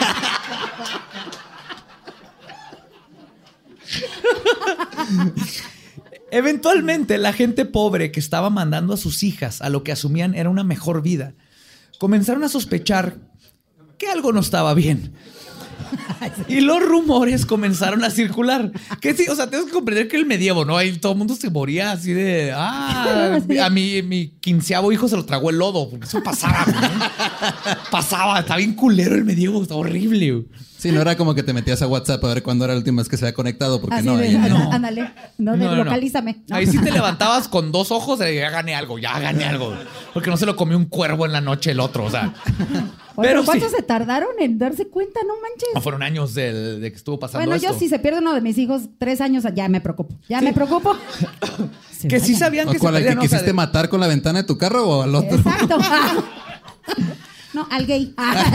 Eventualmente, la gente pobre que estaba mandando a sus hijas a lo que asumían era una mejor vida, comenzaron a sospechar que algo no estaba bien. Y los rumores comenzaron a circular. Que sí, o sea, tienes que comprender que el medievo, ¿no? Ahí todo el mundo se moría así de... Ah, a mi, mi quinceavo hijo se lo tragó el lodo. Porque eso pasaba, ¿no? Pasaba. Está bien culero el medievo. Está horrible, güey. Sí, no era como que te metías a WhatsApp a ver cuándo era la última vez que se había conectado, porque Así no, de, ahí ándale, no. ándale. No, No, no, no. localízame. No. Ahí sí te levantabas con dos ojos y ya gané algo, ya gané algo. Porque no se lo comió un cuervo en la noche el otro, o sea. Oye, Pero ¿cuánto sí. se tardaron en darse cuenta? No manches. No fueron años de, de que estuvo pasando Bueno, esto. yo si se pierde uno de mis hijos tres años, ya me preocupo. Ya me preocupo. Se Que sí vayan. sabían ¿O que cuál, se al que perdían, o sea, quisiste de- matar con la ventana de tu carro o al otro? Exacto. No, al gay.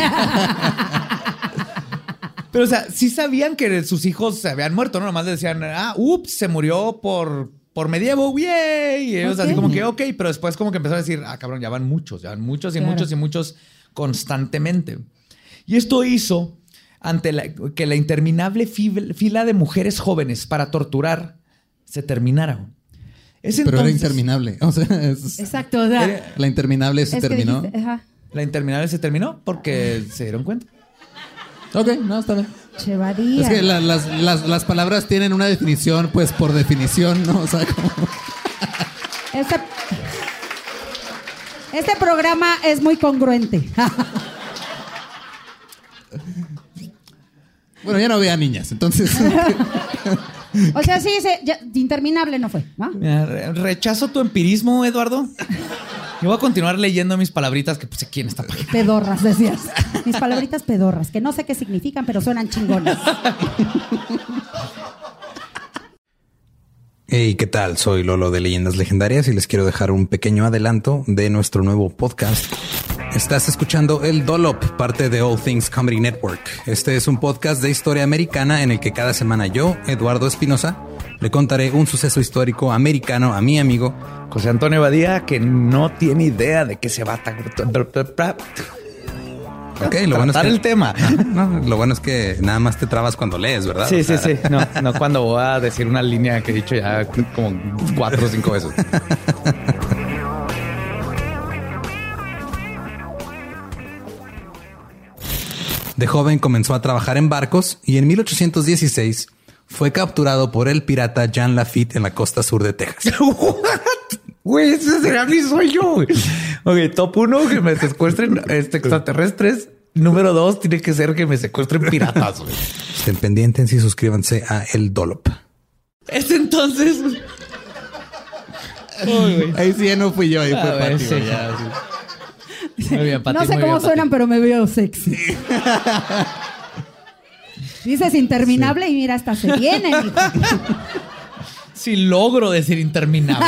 Pero, o sea, sí sabían que sus hijos se habían muerto, ¿no? Nomás le decían, ah, ups, se murió por, por medievo, yay. Y ellos Ok. así como que, ok. Pero después como que empezaron a decir, ah, cabrón, ya van muchos, ya van muchos y Claro. muchos y muchos constantemente. Y esto hizo ante la, que la interminable fi- fila de mujeres jóvenes para torturar se terminara. Es Pero era entonces- interminable. O sea, es- Exacto. O sea, Era- la interminable se es que terminó. dijiste, ajá. La interminable se terminó porque se dieron cuenta. Ok, no, está bien. Chevadía. Es que la- las, las, las palabras tienen una definición, pues por definición, ¿no? O sea, como... Este, este programa es muy congruente. Bueno, ya no vea niñas, entonces. O sea, sí, se- ya- interminable no fue, ¿no? Mira, re- rechazo tu empirismo, Eduardo. Yo voy a continuar leyendo mis palabritas que puse aquí en esta página. Pedorras, decías. Mis palabritas pedorras, que no sé qué significan, pero suenan chingonas. Hey, ¿qué tal? Soy Lolo de Leyendas Legendarias y les quiero dejar un pequeño adelanto de nuestro nuevo podcast. Estás escuchando El Dollop, parte de All Things Comedy Network. Este es un podcast de historia americana en el que cada semana yo, Eduardo Espinosa, le contaré un suceso histórico americano a mi amigo José Antonio Badía, que no tiene idea de qué se va a... Ok, lo bueno es tratar que el tema. No, lo bueno es que nada más te trabas cuando lees, ¿verdad? Sí, O sea, sí, sí. No, no cuando voy a decir una línea que he dicho ya como cuatro o cinco veces. De joven comenzó a trabajar en barcos y en mil ochocientos dieciséis fue capturado por el pirata Jean Lafitte en la costa sur de Texas. Güey, ese será mi sueño, güey. Ok, top uno, que me secuestren este, extraterrestres. Número dos, tiene que ser que me secuestren piratas, güey. Estén pendientes y suscríbanse a El Dollop. Es entonces... Uy, ahí sí ya no fui yo, ahí fue A ver, Pati, sí, güey. ya, sí. Muy bien, Pati, No sé muy cómo bien, suenan, Pati. pero me veo sexy. Dices interminable y mira, hasta se viene, mijo. Si logro decir interminable.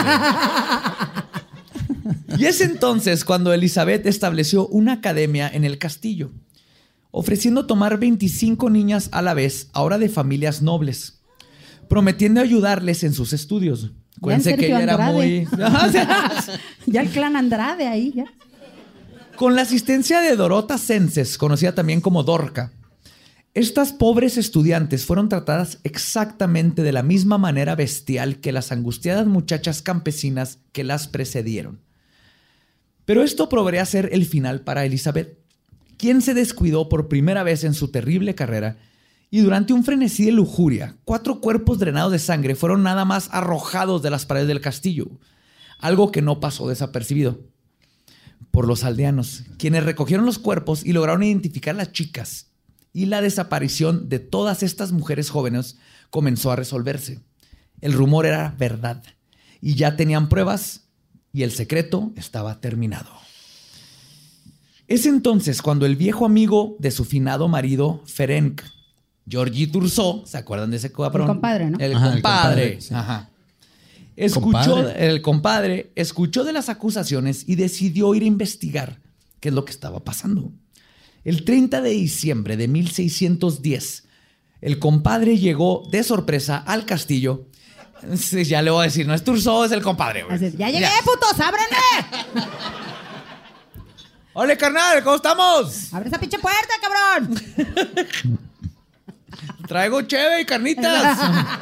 Y es entonces cuando Elizabeth estableció una academia en el castillo, ofreciendo tomar veinticinco niñas a la vez, ahora de familias nobles, prometiendo ayudarles en sus estudios. Acuérdense que Sergio ella era Andrade. muy... Ya el clan Andrade ahí, ya. Con la asistencia de Dorota Senses, conocida también como Dorca, estas pobres estudiantes fueron tratadas exactamente de la misma manera bestial que las angustiadas muchachas campesinas que las precedieron. Pero esto probaría ser el final para Elizabeth, quien se descuidó por primera vez en su terrible carrera y durante un frenesí de lujuria, cuatro cuerpos drenados de sangre fueron nada más arrojados de las paredes del castillo, algo que no pasó desapercibido por los aldeanos, quienes recogieron los cuerpos y lograron identificar a las chicas. Y la desaparición de todas estas mujeres jóvenes comenzó a resolverse. El rumor era verdad y ya tenían pruebas y el secreto estaba terminado. Es entonces cuando el viejo amigo de su finado marido, Ferenc, Georgi Turso, ¿se acuerdan de ese cabrón? El compadre, ¿no? El Ajá, el compadre. compadre, sí. Ajá. Escuchó, Compadre. el compadre escuchó de las acusaciones y decidió ir a investigar qué es lo que estaba pasando. El treinta de diciembre de mil seiscientos diez, el compadre llegó de sorpresa al castillo. Sí, ya le voy a decir, no es Turso, es el compadre, güey. Así, ya llegué, putos, ábrenme. ¡Hola, carnal! ¿Cómo estamos? Abre esa pinche puerta, cabrón. Traigo cheve y carnitas.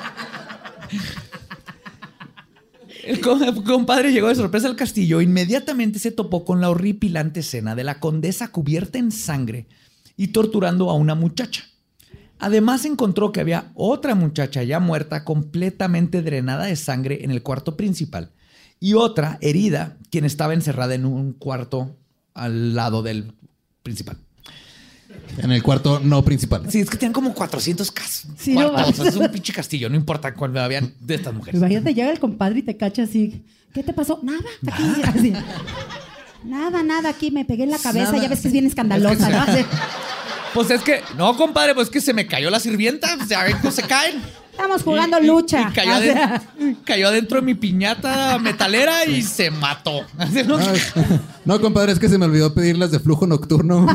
El compadre llegó de sorpresa al castillo. Inmediatamente se topó con la horripilante escena de la condesa cubierta en sangre y torturando a una muchacha. Además encontró que había otra muchacha ya muerta, completamente drenada de sangre en el cuarto principal, y otra herida, quien estaba encerrada en un cuarto al lado del principal. En el cuarto no principal. Sí, es que tenían como cuatrocientos casos. Sí, no cuartos. mames. Es un pinche castillo, no importa cuál habían de estas mujeres. Imagínate, llega el compadre y te cacha así. ¿Qué te pasó? Nada, aquí. Así. Nada, nada, aquí me pegué en la cabeza. Nada. Ya ves que es bien escandalosa, ¿no? Así. Pues es que, no, compadre, pues es que se me cayó la sirvienta. O sea, ¿cómo se caen? Estamos jugando Y- y- lucha. Y cayó, O sea, adentro, cayó adentro de mi piñata metalera y se mató. Así, ¿no? No, no, compadre, es que se me olvidó pedirlas de flujo nocturno.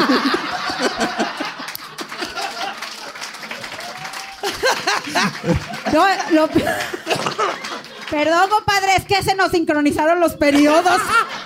no, lo- Perdón, compadre, es que se nos sincronizaron los periodos.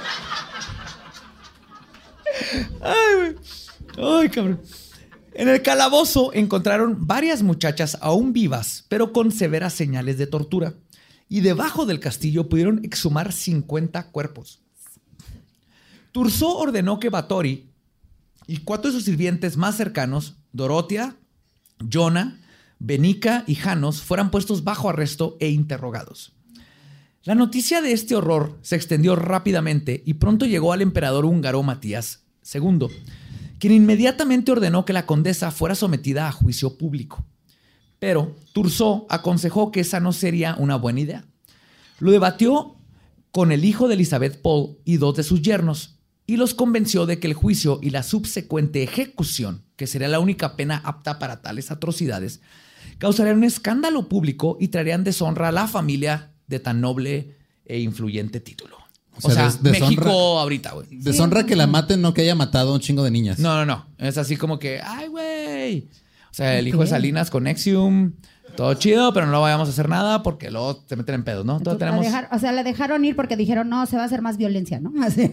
Ay, güey. Ay, cabrón. En el calabozo encontraron varias muchachas aún vivas, pero con severas señales de tortura. Y debajo del castillo pudieron exhumar cincuenta cuerpos. Turso ordenó que Báthory y cuatro de sus sirvientes más cercanos, Dorotea, Jona, Benica y Janos, fueran puestos bajo arresto e interrogados. La noticia de este horror se extendió rápidamente y pronto llegó al emperador húngaro Matías segundo, quien inmediatamente ordenó que la condesa fuera sometida a juicio público. Pero Turso aconsejó que esa no sería una buena idea. Lo debatió con el hijo de Elizabeth Paul y dos de sus yernos y los convenció de que el juicio y la subsecuente ejecución, que sería la única pena apta para tales atrocidades, causarían un escándalo público y traerían deshonra a la familia de tan noble e influyente título. O sea, O sea, des- deshonra- México ahorita, güey. Deshonra que la maten, no que haya matado a un chingo de niñas. No, no, no. Es así como que, ay, güey. O sea, el hijo de Salinas con Nexium, todo chido, pero no lo vayamos a hacer nada porque luego te meten en pedos, ¿no? Todos Entonces, la tenemos... dejar- o sea, la dejaron ir porque dijeron, no, se va a hacer más violencia, ¿no? Así.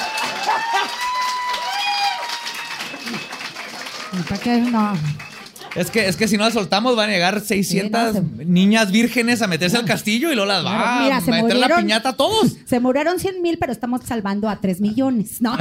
¿Para qué? No. Es que, es que si no las soltamos van a llegar seiscientas Sí, no, se- niñas vírgenes a meterse al castillo y luego las va Claro, mira, a se meter la murieron- piñata a todos. Se murieron cien mil, pero estamos salvando a tres millones, ¿no?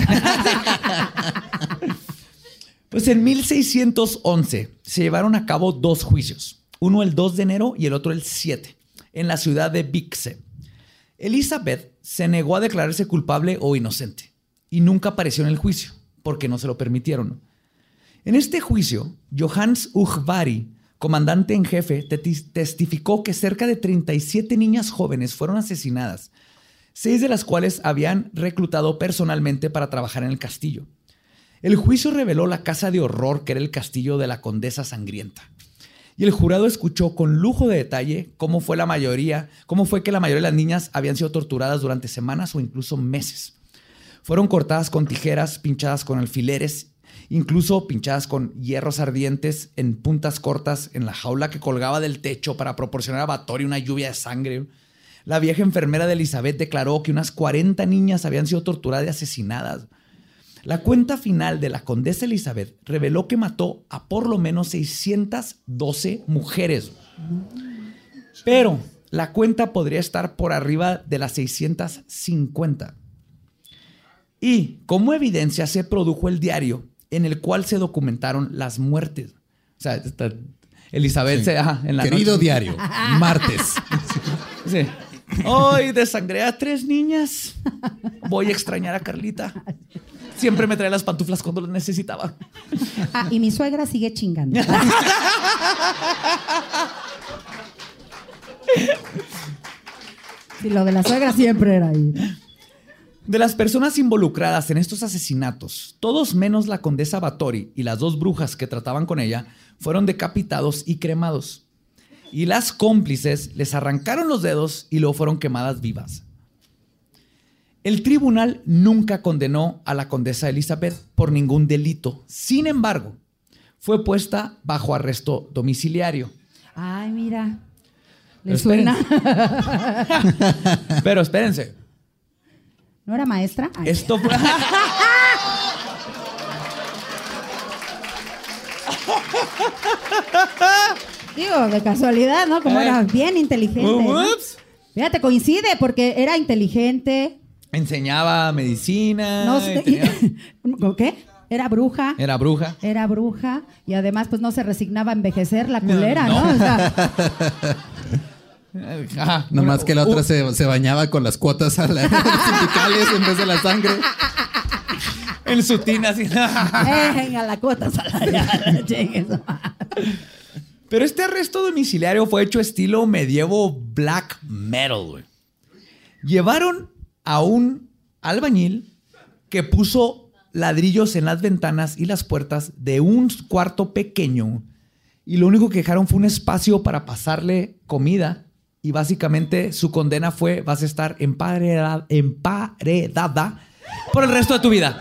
Pues en mil seiscientos once se llevaron a cabo dos juicios. Uno el dos de enero y el otro el siete, en la ciudad de Vixe. Elizabeth se negó a declararse culpable o inocente y nunca apareció en el juicio porque no se lo permitieron. En este juicio, Johannes Ujvari, comandante en jefe, te- testificó que cerca de treinta y siete niñas jóvenes fueron asesinadas, seis de las cuales habían reclutado personalmente para trabajar en el castillo. El juicio reveló la casa de horror que era el castillo de la Condesa Sangrienta. Y el jurado escuchó con lujo de detalle cómo fue la mayoría, cómo fue que la mayoría de las niñas habían sido torturadas durante semanas o incluso meses. Fueron cortadas con tijeras, pinchadas con alfileres, incluso pinchadas con hierros ardientes en puntas cortas en la jaula que colgaba del techo para proporcionar a Báthory una lluvia de sangre. La vieja enfermera de Elizabeth declaró que unas cuarenta niñas habían sido torturadas y asesinadas. La cuenta final de la condesa Elizabeth reveló que mató a por lo menos seiscientas doce mujeres. Pero la cuenta podría estar por arriba de las seiscientas cincuenta. Y como evidencia se produjo el diario en el cual se documentaron las muertes. O sea, esta- Elizabeth Sí. se... Ajá, en la Querido noche- diario, martes. Sí. Hoy desangré a tres niñas. Voy a extrañar a Carlita. Siempre me trae las pantuflas cuando las necesitaba. Ah, y mi suegra sigue chingando. Sí, lo de la suegra siempre era ahí. De las personas involucradas en estos asesinatos, todos menos la condesa Báthory y las dos brujas que trataban con ella, fueron decapitados y cremados. Y las cómplices les arrancaron los dedos y luego fueron quemadas vivas. El tribunal nunca condenó a la condesa Elizabeth por ningún delito. Sin embargo, fue puesta bajo arresto domiciliario. Ay, mira. ¿Le Pero suena? Pero espérense. ¿No era maestra? Ay. Esto fue... Digo, de casualidad, ¿no? Como Eh. era bien inteligente. ¿no? Ups. Fíjate, coincide porque era inteligente. Enseñaba medicina. No y sé. tenía- ¿Con qué? Era bruja. Era bruja. Era bruja. Y además, pues no se resignaba a envejecer la No, culera, no. ¿no? O sea, Ajá. Nomás que la otra Uh, se, se bañaba con las cuotas a la- sindicales en vez de la sangre. En su tina, así. venga, la cuota salarial. Chingue su madre. Pero este arresto domiciliario fue hecho estilo medievo black metal, güey. Llevaron a un albañil que puso ladrillos en las ventanas y las puertas de un cuarto pequeño y lo único que dejaron fue un espacio para pasarle comida y básicamente su condena fue: vas a estar emparedada, emparedada por el resto de tu vida.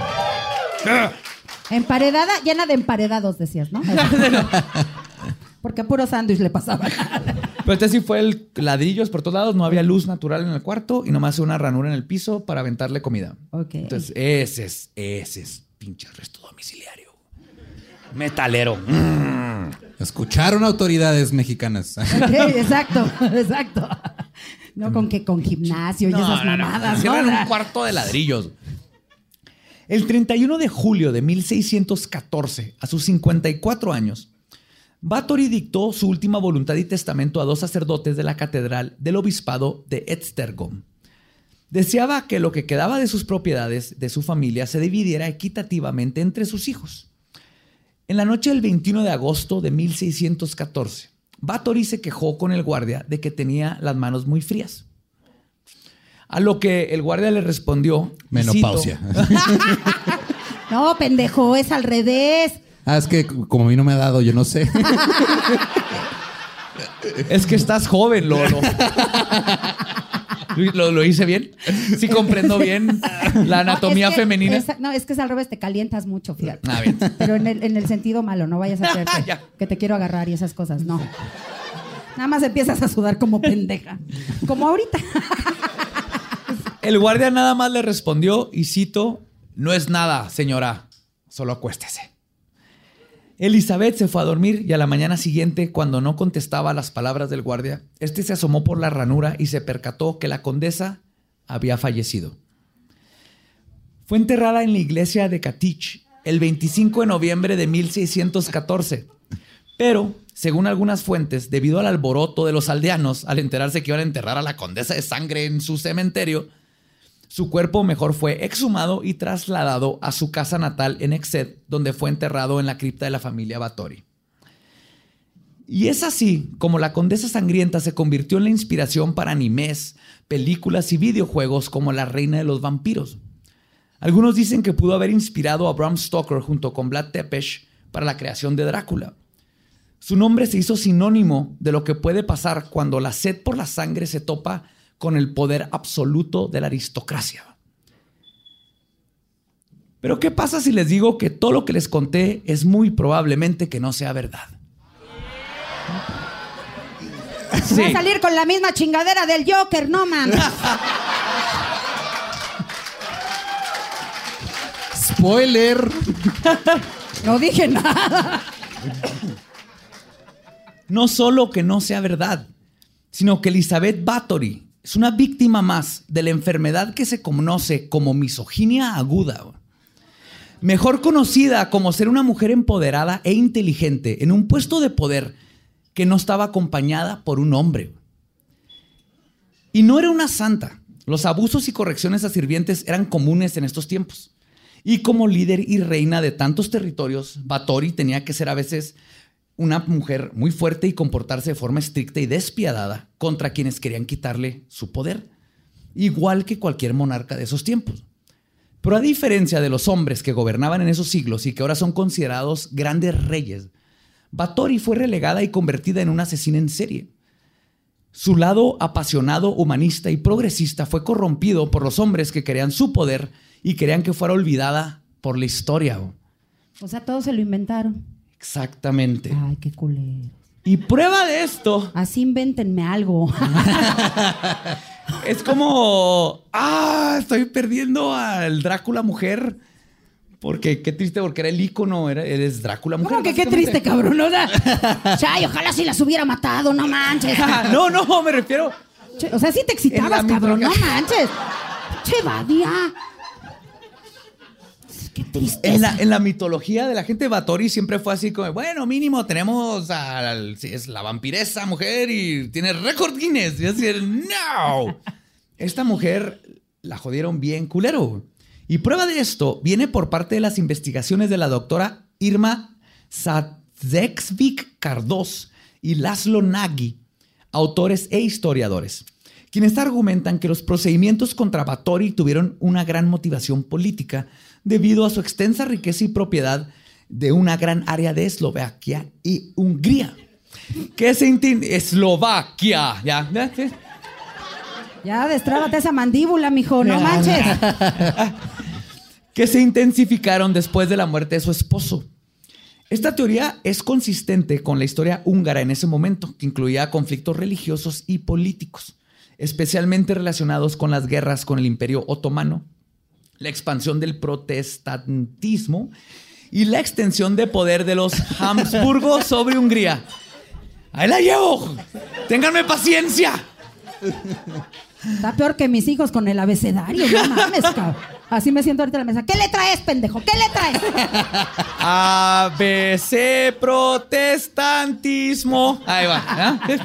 Emparedada, llena de emparedados, decías, ¿no? Porque a puro sándwich le pasaba. Pero este sí fue el ladrillos por todos lados, no había luz natural en el cuarto y nomás una ranura en el piso para aventarle comida. Ok. Entonces, ese es, ese es pinche arresto domiciliario. Metalero. Mm. Escucharon autoridades mexicanas. Ok, exacto, exacto. No con que con gimnasio y esas mamadas, ¿no? Cierran un cuarto de ladrillos. El treinta y uno de julio de mil seiscientos catorce, a sus cincuenta y cuatro años, Báthory dictó su última voluntad y testamento a dos sacerdotes de la catedral del obispado de Esztergom. Deseaba que lo que quedaba de sus propiedades, de su familia, se dividiera equitativamente entre sus hijos. En la noche del veintiuno de agosto de mil seiscientos catorce, Báthory se quejó con el guardia de que tenía las manos muy frías. A lo que el guardia le respondió... y Menopausia. cito, No, pendejo, es al revés. Ah, es que como a mí no me ha dado, yo no sé. es que estás joven, Lolo. ¿Lo, lo hice bien? Sí comprendo bien la anatomía No, es que- femenina. es- no, es que es al revés, te calientas mucho, fíjate. Ah, bien. Pero en el, en el sentido malo, no vayas a hacer que, Ya. que te quiero agarrar y esas cosas, no. Nada más empiezas a sudar como pendeja. Como ahorita. El guardia nada más le respondió, y cito: no es nada, señora, solo acuéstese. Elizabeth se fue a dormir y a la mañana siguiente, cuando no contestaba las palabras del guardia, este se asomó por la ranura y se percató que la condesa había fallecido. Fue enterrada en la iglesia de Katich el veinticinco de noviembre de mil seiscientos catorce. Pero, según algunas fuentes, debido al alboroto de los aldeanos al enterarse que iban a enterrar a la condesa de sangre en su cementerio, su cuerpo mejor fue exhumado y trasladado a su casa natal en Exed, donde fue enterrado en la cripta de la familia Báthory. Y es así como la condesa sangrienta se convirtió en la inspiración para animes, películas y videojuegos como La Reina de los Vampiros. Algunos dicen que pudo haber inspirado a Bram Stoker junto con Vlad Tepes para la creación de Drácula. Su nombre se hizo sinónimo de lo que puede pasar cuando la sed por la sangre se topa con el poder absoluto de la aristocracia. Pero ¿qué pasa si les digo que todo lo que les conté es muy probablemente que no sea verdad? Sí. Va a salir con la misma chingadera del Joker, no mames. Spoiler. No dije nada. No solo que no sea verdad, sino que Elizabeth Báthory es una víctima más de la enfermedad que se conoce como misoginia aguda, mejor conocida como ser una mujer empoderada e inteligente en un puesto de poder que no estaba acompañada por un hombre. Y no era una santa. Los abusos y correcciones a sirvientes eran comunes en estos tiempos. Y como líder y reina de tantos territorios, Báthory tenía que ser a veces una mujer muy fuerte y comportarse de forma estricta y despiadada contra quienes querían quitarle su poder, igual que cualquier monarca de esos tiempos. Pero a diferencia de los hombres que gobernaban en esos siglos y que ahora son considerados grandes reyes, Báthory fue relegada y convertida en una asesina en serie. Su lado apasionado, humanista y progresista fue corrompido por los hombres que querían su poder y querían que fuera olvidada por la historia. O sea, todos se lo inventaron. Exactamente. Ay, qué culero. Y prueba de esto. Así invéntenme algo. Es como, ah, estoy perdiendo al Drácula mujer. Porque qué triste, porque era el ícono, era, eres Drácula mujer. ¿Cómo que qué triste, cabrón? O sea, chay, ojalá si las hubiera matado, no manches. No, no, me refiero. Che, o sea, sí te excitabas, cabrón, no manches. Che, Badia. Qué tristeza. En la, en la mitología de la gente de Báthory siempre fue así como, bueno, mínimo tenemos a, es la vampiresa mujer y tiene récord Guinness. Y así, no. Esta mujer la jodieron bien culero. Y prueba de esto viene por parte de las investigaciones de la doctora Irma Sadzekvik-Cardós y Laszlo Nagy, autores e historiadores, quienes argumentan que los procedimientos contra Báthory tuvieron una gran motivación política debido a su extensa riqueza y propiedad de una gran área de Eslovaquia y Hungría. ¿Qué se entiende? Eslovaquia, ¿ya? ¿Ya? ¿Sí? Ya, destrábate esa mandíbula, mijo, no manches. Que se intensificaron después de la muerte de su esposo. Esta teoría es consistente con la historia húngara en ese momento, que incluía conflictos religiosos y políticos, especialmente relacionados con las guerras con el Imperio Otomano, la expansión del protestantismo y la extensión de poder de los Habsburgo sobre Hungría. ¡Ahí la llevo! ¡Ténganme paciencia! Está peor que mis hijos con el abecedario, no mames, cabrón. Así me siento ahorita en la mesa. ¿Qué le traes, pendejo? ¿Qué le traes? A B C protestantismo. Ahí va. ¿eh?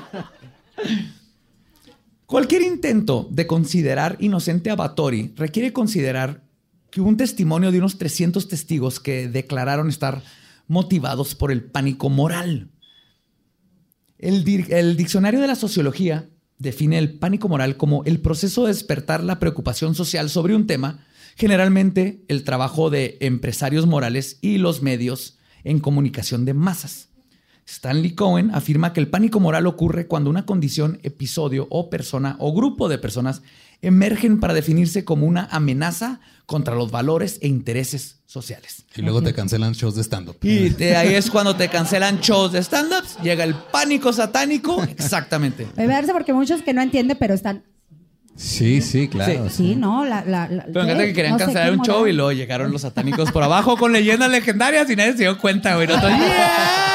Cualquier intento de considerar inocente a Báthory requiere considerar que hubo un testimonio de unos trescientos testigos que declararon estar motivados por el pánico moral. El, di- el diccionario de la sociología define el pánico moral como el proceso de despertar la preocupación social sobre un tema, generalmente el trabajo de empresarios morales y los medios en comunicación de masas. Stanley Cohen afirma que el pánico moral ocurre cuando una condición, episodio o persona o grupo de personas emergen para definirse como una amenaza contra los valores e intereses sociales. Y luego te cancelan shows de stand-up. Y de ahí es cuando te cancelan shows de stand-ups, llega el pánico satánico. Exactamente. Me parece porque muchos que no entienden, pero están Sí, sí, claro. Sí, sí, no, la... la, la Pero me encanta ¿qué? que querían No sé cancelar qué un show moral. y luego llegaron los satánicos por abajo con leyendas legendarias y nadie se dio cuenta, güey. Nosotros, ¡yeah!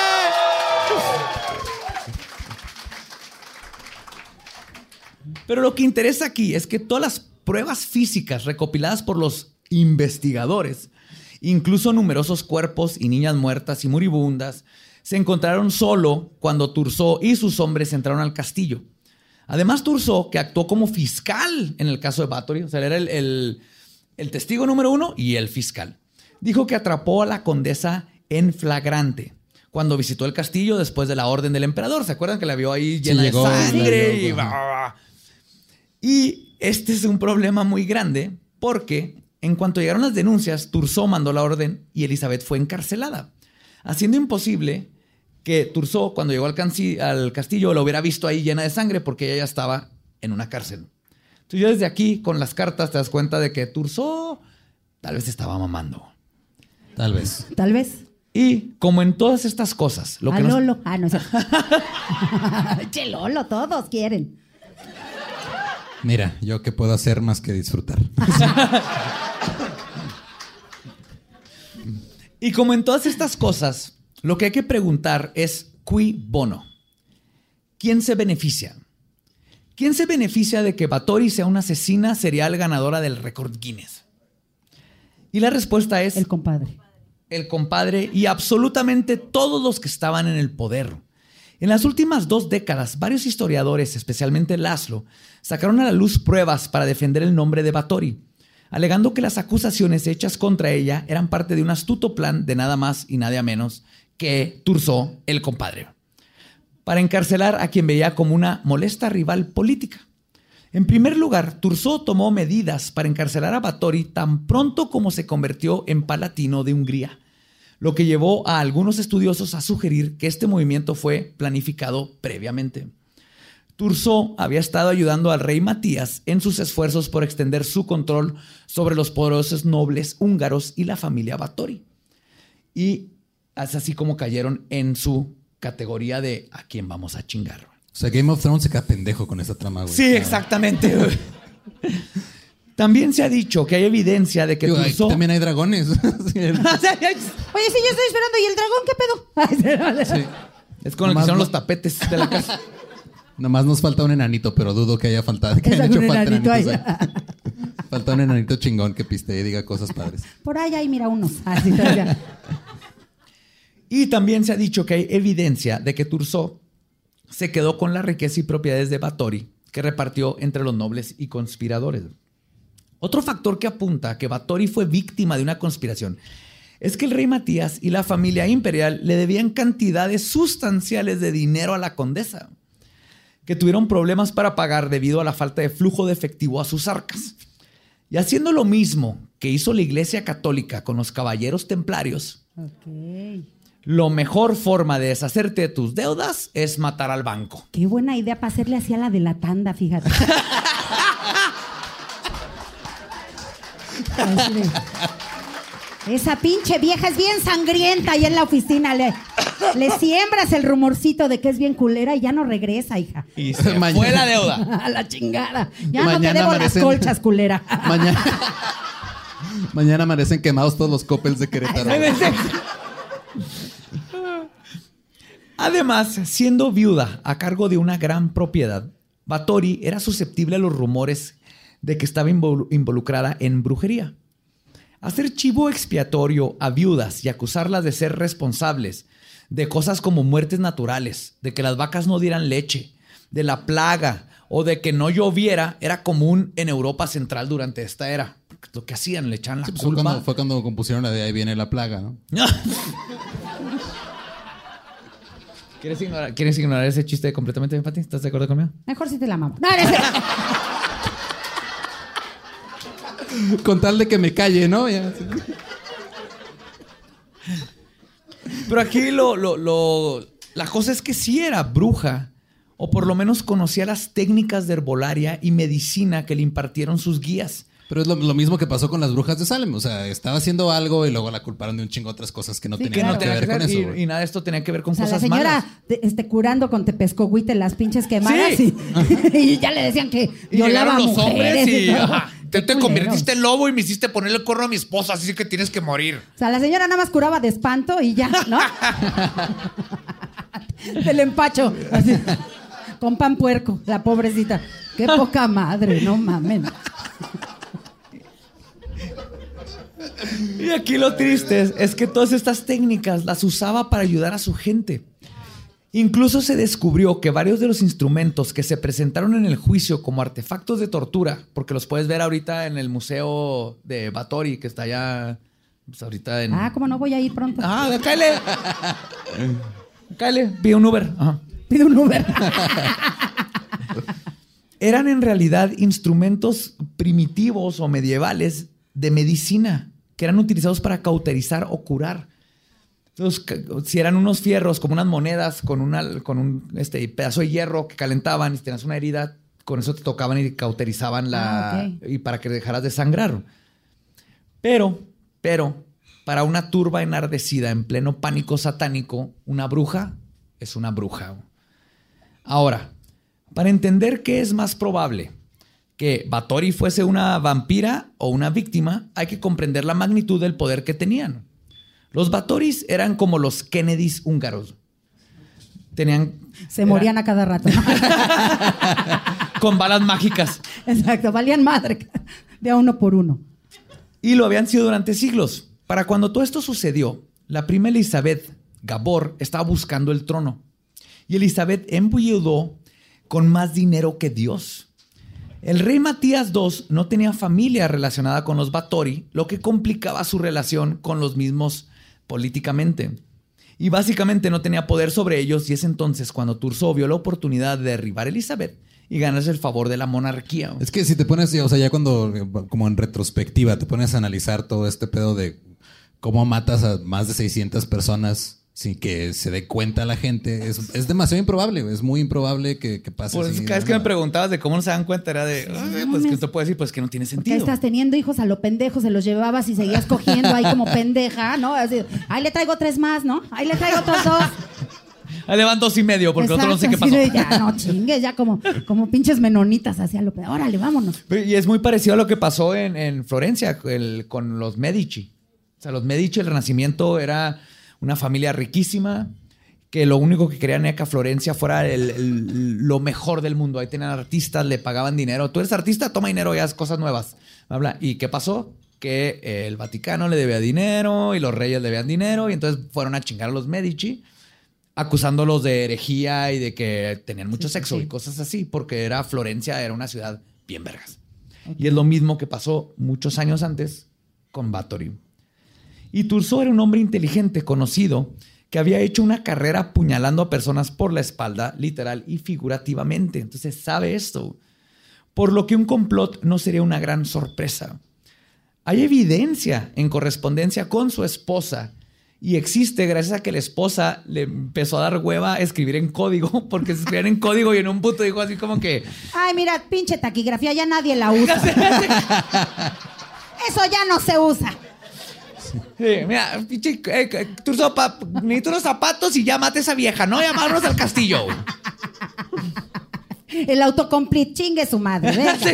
Pero lo que interesa aquí es que todas las pruebas físicas recopiladas por los investigadores, incluso numerosos cuerpos y niñas muertas y moribundas, se encontraron solo cuando Turso y sus hombres entraron al castillo. Además, Turso, que actuó como fiscal en el caso de Bathory, o sea, era el, el, el testigo número uno y el fiscal, dijo que atrapó a la condesa en flagrante cuando visitó el castillo después de la orden del emperador. ¿Se acuerdan que la vio ahí llena Sí, llegó, de sangre? sí, Y, bla, bla, bla. Y este es un problema muy grande porque en cuanto llegaron las denuncias, Turso mandó la orden y Elizabeth fue encarcelada, haciendo imposible que Turso, cuando llegó al, canci- al castillo, lo hubiera visto ahí llena de sangre porque ella ya estaba en una cárcel. Entonces, ya desde aquí, con las cartas, te das cuenta de que Turso tal vez estaba mamando. Tal vez. Tal vez. Y como en todas estas cosas, lo a que nos... Lolo. Ah, no es cierto. Che, Lolo, todos quieren. Mira, yo qué puedo hacer más que disfrutar. Y como en todas estas cosas, lo que hay que preguntar es cui bono. ¿Quién se beneficia? ¿Quién se beneficia de que Bathory sea una asesina serial ganadora del récord Guinness? Y la respuesta es... El compadre. el compadre y absolutamente todos los que estaban en el poder. En las últimas dos décadas, varios historiadores, especialmente Laszlo, sacaron a la luz pruebas para defender el nombre de Bathory, alegando que las acusaciones hechas contra ella eran parte de un astuto plan de nada más y nada menos que Turso, el compadre, para encarcelar a quien veía como una molesta rival política. En primer lugar, Turso tomó medidas para encarcelar a Bathory tan pronto como se convirtió en palatino de Hungría, lo que llevó a algunos estudiosos a sugerir que este movimiento fue planificado previamente. Turso había estado ayudando al rey Matías en sus esfuerzos por extender su control sobre los poderosos nobles húngaros y la familia Bathory. Y es así como cayeron en su categoría de a quién vamos a chingar. O sea, Game of Thrones se queda pendejo con esa trama, güey. Sí, exactamente. Güey. También se ha dicho que hay evidencia de que Digo, Turso... hay- también hay dragones. Oye, sí, yo estoy esperando. ¿Y el dragón qué pedo? Sí. Es con el que Nomás hicieron no- los tapetes de la casa. Nomás nos falta un enanito, pero dudo que haya faltado. Que hayan Exacto, hecho un falta enanito enanitos ahí. ahí. Falta un enanito chingón que piste y diga cosas padres. Por ahí, ahí, mira unos. Así, todavía. Y también se ha dicho que hay evidencia de que Turso se quedó con la riqueza y propiedades de Bathory, que repartió entre los nobles y conspiradores. Otro factor que apunta a que Bathory fue víctima de una conspiración es que el rey Matías y la familia imperial le debían cantidades sustanciales de dinero a la condesa, que tuvieron problemas para pagar debido a la falta de flujo de efectivo a sus arcas. Y haciendo lo mismo que hizo la Iglesia Católica con los caballeros templarios, Ok. la mejor forma de deshacerte de tus deudas es matar al banco. Qué buena idea para hacerle así a la de la tanda, fíjate. Así de, esa pinche vieja es bien sangrienta ahí en la oficina. Le, le siembras el rumorcito de que es bien culera y ya no regresa, hija. Y se Mañana. fue la deuda. A la chingada. Ya no te Mañana debo las amanecen- colchas, culera. Mañana, mañana amanecen quemados todos los coppels de Querétaro. Además, siendo viuda a cargo de una gran propiedad, Bathory era susceptible a los rumores de que estaba invol- involucrada en brujería. Hacer chivo expiatorio a viudas y acusarlas de ser responsables de cosas como muertes naturales, de que las vacas no dieran leche, de la plaga o de que no lloviera era común en Europa Central durante esta era. Porque lo que hacían, le echaban la Sí, pues fue, culpa. cuando, fue cuando compusieron la de Ahí viene la plaga, ¿no? ¿Quieres ignorar, ¿Quieres ignorar ese chiste completamente, Pati? ¿Estás de acuerdo conmigo? Mejor si te la mamo. No, no, no. Con tal de que me calle, ¿no? Ya, sí. Pero aquí lo, lo, lo- la cosa es que sí era bruja, o por lo menos conocía las técnicas de herbolaria y medicina que le impartieron sus guías, Pero es lo, lo mismo que pasó con las brujas de Salem. O sea, estaba haciendo algo y luego la culparon de un chingo de otras cosas que no Sí, tenían claro. nada que ver con eso. Y, güey. y nada de esto tenía que ver con O sea, la cosas señora malas. de- este, curando con tepescohuite las pinches quemadas Sí. y, y ya le decían que Y violaba llegaron los mujeres hombres y todo. ajá, te, Qué te culero. convertiste en lobo y me hiciste ponerle el cuerno a mi esposa, así que tienes que morir. O sea, la señora nada más curaba de espanto y ya, ¿no? Del empacho. Así, con pan puerco, la pobrecita. Qué poca madre, no mames. Y aquí lo triste es, es que todas estas técnicas las usaba para ayudar a su gente. Incluso se descubrió que varios de los instrumentos que se presentaron en el juicio como artefactos de tortura, porque los puedes ver ahorita en el museo de Báthory, que está allá, pues ahorita en... Ah, ¿cómo no voy a ir pronto? Ah, cáele. Cáele, pide un Uber. Ajá. Pide un Uber. Eran en realidad instrumentos primitivos o medievales de medicina que eran utilizados para cauterizar o curar. Entonces, si eran unos fierros como unas monedas con, una, con un este, pedazo de hierro que calentaban y si tenías una herida, con eso te tocaban y cauterizaban la... Ah, ok. y para que dejaras de sangrar. Pero, pero, para una turba enardecida en pleno pánico satánico, una bruja es una bruja. Ahora, para entender qué es más probable, que Báthory fuese una vampira o una víctima, hay que comprender la magnitud del poder que tenían. Los Báthorys eran como los Kennedys húngaros. Tenían... Se morían a cada rato. ¿no? con balas mágicas. Exacto, valían madre. De a uno por uno. Y lo habían sido durante siglos. Para cuando todo esto sucedió, la prima Elizabeth Gabor estaba buscando el trono. Y Elizabeth enviudó con más dinero que Dios. El rey Matías segundo no tenía familia relacionada con los Báthory, lo que complicaba su relación con los mismos políticamente. Y básicamente no tenía poder sobre ellos, y es entonces cuando Thurzó vio la oportunidad de derribar a Elizabeth y ganarse el favor de la monarquía. Es que si te pones, o sea, ya cuando, como en retrospectiva, te pones a analizar todo este pedo de cómo matas a más de seiscientas personas sin que se dé cuenta la gente, es, es demasiado improbable, es muy improbable que, que pase. Pues así, cada vez de que me nada. preguntabas de cómo no se dan cuenta era de, "Ay, pues que usted puede decir, pues que no tiene Porque ahí sentido. estás teniendo hijos a lo pendejo, se los llevabas y seguías cogiendo ahí como pendeja, ¿no? Así, ahí le traigo tres más, ¿no? Ahí le traigo otros dos. Ahí le van dos y medio porque Exacto, otro no sé qué así pasó. de, ya, no chingues, ya como, como pinches menonitas hacia lo pendejo. Órale, vámonos. Y es muy parecido a lo que pasó en, en Florencia el- con los Medici. O sea, los Medici, el Renacimiento era una familia riquísima que lo único que querían era que Florencia fuera el- el- lo mejor del mundo. Ahí tenían artistas, le pagaban dinero. Tú eres artista, toma dinero y haz cosas nuevas. Bla, bla. ¿Y qué pasó? Que eh, el Vaticano le debía dinero y los reyes le debían dinero y entonces fueron a chingar a los Medici acusándolos de herejía y de que tenían mucho Sí, sexo sí. y cosas así porque era Florencia, era una ciudad bien vergas. Y es lo mismo que pasó muchos años antes con Báthory. Y Thurzó era un hombre inteligente, conocido, que había hecho una carrera apuñalando a personas por la espalda, literal y figurativamente. Entonces sabe esto. Por lo que un complot no sería una gran sorpresa. Hay evidencia en correspondencia con su esposa y existe gracias a que la esposa le empezó a dar hueva a escribir en código, porque se escribían en código y en un punto dijo así como que... Ay, mira, pinche taquigrafía, ya nadie la usa. Eso ya no se usa. Sí, mira, pinche, eh, Thurzó, pa- necesito unos zapatos y ya mate a esa vieja, ¿no? Llamarnos al castillo. El autocomplete, chingue su madre. ¿ves?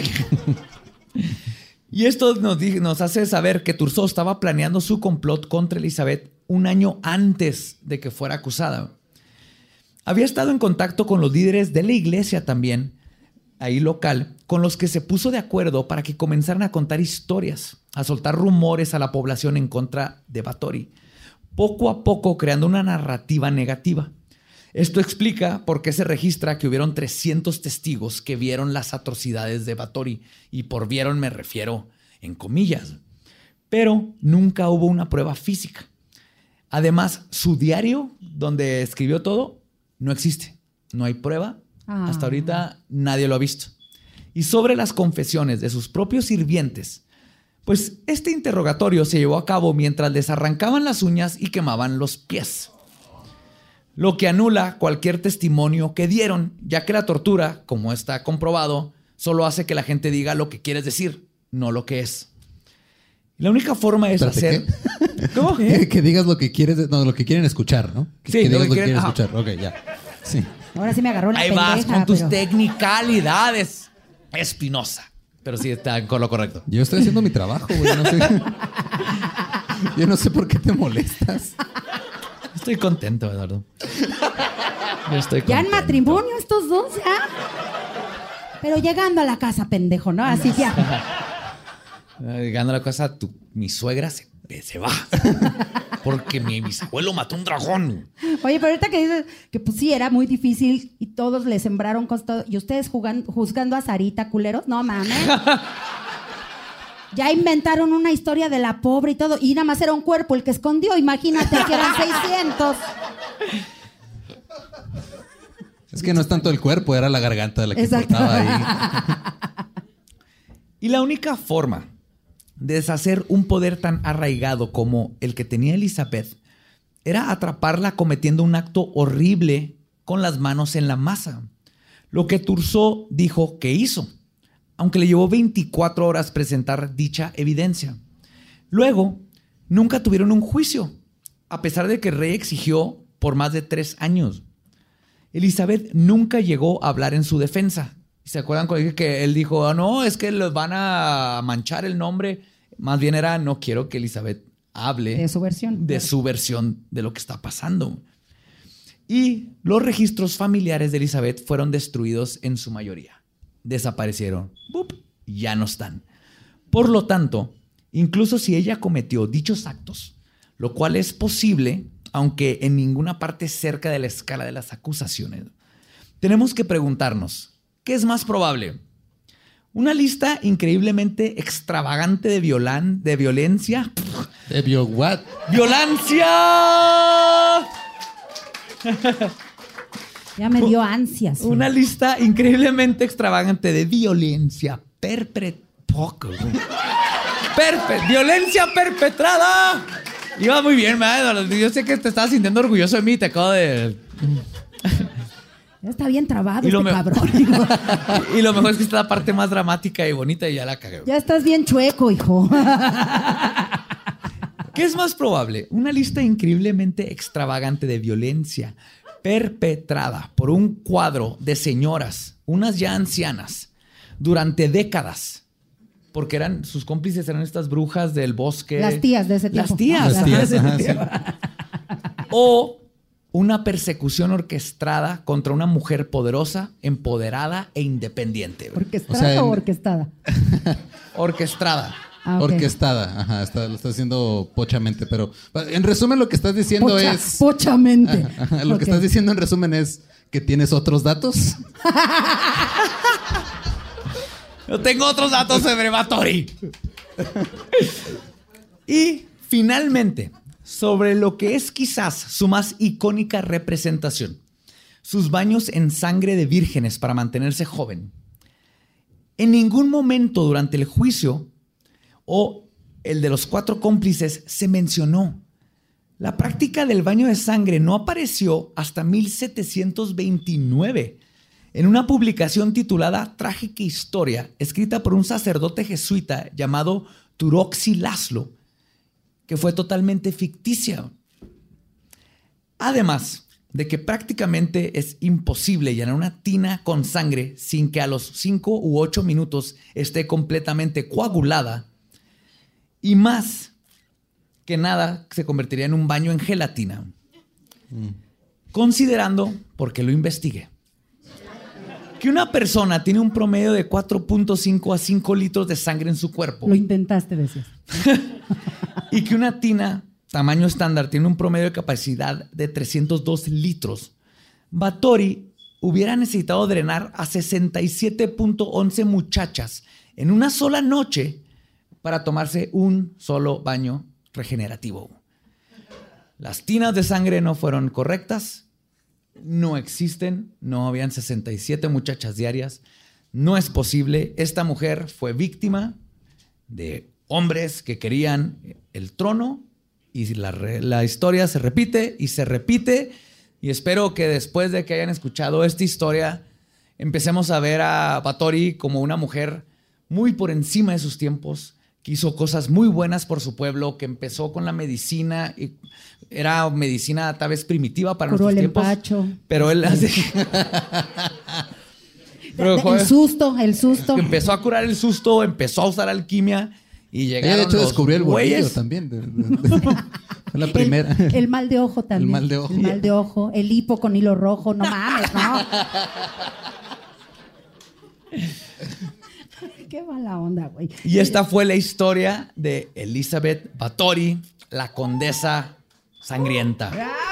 Y esto nos, di- nos hace saber que Thurzó estaba planeando su complot contra Elizabeth un año antes de que fuera acusada. Había estado en contacto con los líderes de la iglesia también, ahí local, con los que se puso de acuerdo para que comenzaran a contar historias, a soltar rumores a la población en contra de Báthory, poco a poco creando una narrativa negativa. Esto explica por qué se registra que hubieron trescientos testigos que vieron las atrocidades de Báthory, y por vieron me refiero en comillas. Pero nunca hubo una prueba física. Además, su diario, donde escribió todo, no existe. No hay prueba. Ah. Hasta ahorita nadie lo ha visto. Y sobre las confesiones de sus propios sirvientes, pues este interrogatorio se llevó a cabo mientras les arrancaban las uñas y quemaban los pies. Lo que anula cualquier testimonio que dieron, ya que la tortura, como está comprobado, solo hace que la gente diga lo que quieres decir, no lo que es. La única forma es Espérate, hacer... ¿qué? ¿Cómo? Que, que digas lo que quieres, no, lo que quieren escuchar, ¿no? Que, Sí, que lo digas que lo que quieren- quieren ajá. escuchar. Ok, ya. Sí. Ahora sí me agarró la Ahí pendeja. vas con tus pero- tecnicalidades, Espinosa. Pero sí está con lo correcto. Yo estoy haciendo mi trabajo, güey. No sé. Yo no sé por qué te molestas. Estoy contento, Eduardo. Yo estoy Ya en contento. matrimonio estos dos, ya. Pero llegando a la casa, pendejo, ¿no? Así ya. Llegando a la casa, tu, mi suegra se, se va. Porque mi bisabuelo mató un dragón. Oye, pero ahorita que dices que pues sí, era muy difícil y todos le sembraron costo. Y ustedes jugando, juzgando a Sarita, culeros, no mames. Ya inventaron una historia de la pobre y todo. Y nada más era un cuerpo el que escondió. Imagínate que eran seiscientos. Es que no es tanto el cuerpo, era la garganta la que Exacto. importaba ahí. Y la única forma de deshacer un poder tan arraigado como el que tenía Elizabeth era atraparla cometiendo un acto horrible con las manos en la masa. Lo que Turso dijo que hizo, aunque le llevó veinticuatro horas presentar dicha evidencia. Luego, nunca tuvieron un juicio, a pesar de que el rey exigió por más de tres años. Elizabeth nunca llegó a hablar en su defensa. ¿Se acuerdan cuando dije que él dijo, oh, no, es que los van a manchar el nombre? Más bien era, no quiero que Elizabeth hable De su versión. de su versión de lo que está pasando. Y los registros familiares de Elizabeth fueron destruidos en su mayoría. Desaparecieron. ¡Bup! Ya no están. Por lo tanto, incluso si ella cometió dichos actos, lo cual es posible, aunque en ninguna parte cerca de la escala de las acusaciones, tenemos que preguntarnos, ¿qué es más probable? ¿Una lista increíblemente extravagante de, violan, de violencia? ¿De bio what? ¡Violencia! Ya me dio ansias. Una lista increíblemente extravagante de violencia perpetrada. Perpe violencia perpetrada. Iba muy bien, ¿verdad? Yo sé que te estabas sintiendo orgulloso de mí. Te acabo de... Ya está bien trabado Y lo este me- cabrón. Y lo mejor es que esta es la parte más dramática y bonita y ya la cagué. Ya estás bien chueco, hijo. ¿Qué es más probable? Una lista increíblemente extravagante de violencia perpetrada por un cuadro de señoras, unas ya ancianas, durante décadas. Porque eran sus cómplices eran estas brujas del bosque. Las tías de ese tiempo. Las tías. Las tías, ajá, ajá, de ese tiempo. O una persecución orquestada contra una mujer poderosa, empoderada e independiente. ¿Orquestada O sea, o en- orquestada? Orquestada. Ah, ok. Orquestada. Ajá, está, lo está haciendo pochamente, pero en resumen lo que estás diciendo Pocha- es... Pochamente. Ajá, ajá, lo Ok. que estás diciendo en resumen es que tienes otros datos. Yo tengo otros datos sobre Báthory. Y finalmente, sobre lo que es quizás su más icónica representación, sus baños en sangre de vírgenes para mantenerse joven. En ningún momento durante el juicio o el de los cuatro cómplices se mencionó. La práctica del baño de sangre no apareció hasta mil setecientos veintinueve en una publicación titulada Trágica Historia, escrita por un sacerdote jesuita llamado Turoxi Laszlo, que fue totalmente ficticia. Además de que prácticamente es imposible llenar una tina con sangre sin que a los cinco u ocho minutos esté completamente coagulada, y más que nada se convertiría en un baño en gelatina. Mm. Considerando, porque lo investigué, que una persona tiene un promedio de cuatro punto cinco a cinco litros de sangre en su cuerpo Lo intentaste, decías. y que una tina tamaño estándar tiene un promedio de capacidad de trescientos dos litros, Báthory hubiera necesitado drenar a sesenta y siete punto once muchachas en una sola noche para tomarse un solo baño regenerativo. Las tinas de sangre no fueron correctas, no existen, no habían sesenta y siete muchachas diarias, no es posible. Esta mujer fue víctima de hombres que querían el trono y la, re, la historia se repite y se repite, y espero que después de que hayan escuchado esta historia empecemos a ver a Báthory como una mujer muy por encima de sus tiempos, que hizo cosas muy buenas por su pueblo, que empezó con la medicina. Y era medicina tal vez primitiva para Curó nuestros el tiempos. empacho. Pero él hace... Pero, joder, el susto, el susto. empezó a curar el susto, empezó a usar alquimia y llegaron Ella de hecho los descubrió el bolillo güeyes. también. de- de- de- Fue la primera. El, el mal de ojo también. El mal de ojo. El mal de ojo. El hipo con hilo rojo. No mames, ¿no? Qué mala onda, güey. Y esta fue la historia de Elizabeth Báthory, la condesa sangrienta.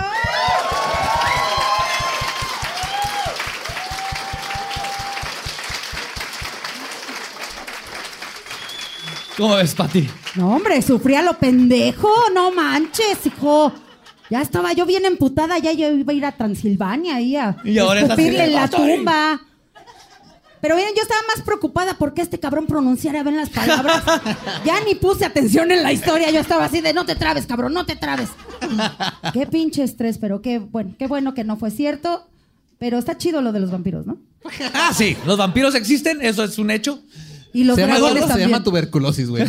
¿Cómo ves, Pati? No, hombre, sufría lo pendejo. No manches, hijo. Ya estaba yo bien emputada. Ya yo iba a ir a Transilvania ahí a Y ahora es así escupirle de, en la "Báthory". tumba. Pero miren, yo estaba más preocupada porque este cabrón pronunciara bien las palabras. Ya ni puse atención en la historia. Yo estaba así de no te trabes, cabrón, no te trabes. Qué pinche estrés, pero qué bueno, qué bueno que no fue cierto. Pero está chido lo de los vampiros, ¿no? Ah, sí, los vampiros existen, eso es un hecho. Y los se, llama, dragones se también. llama tuberculosis, güey.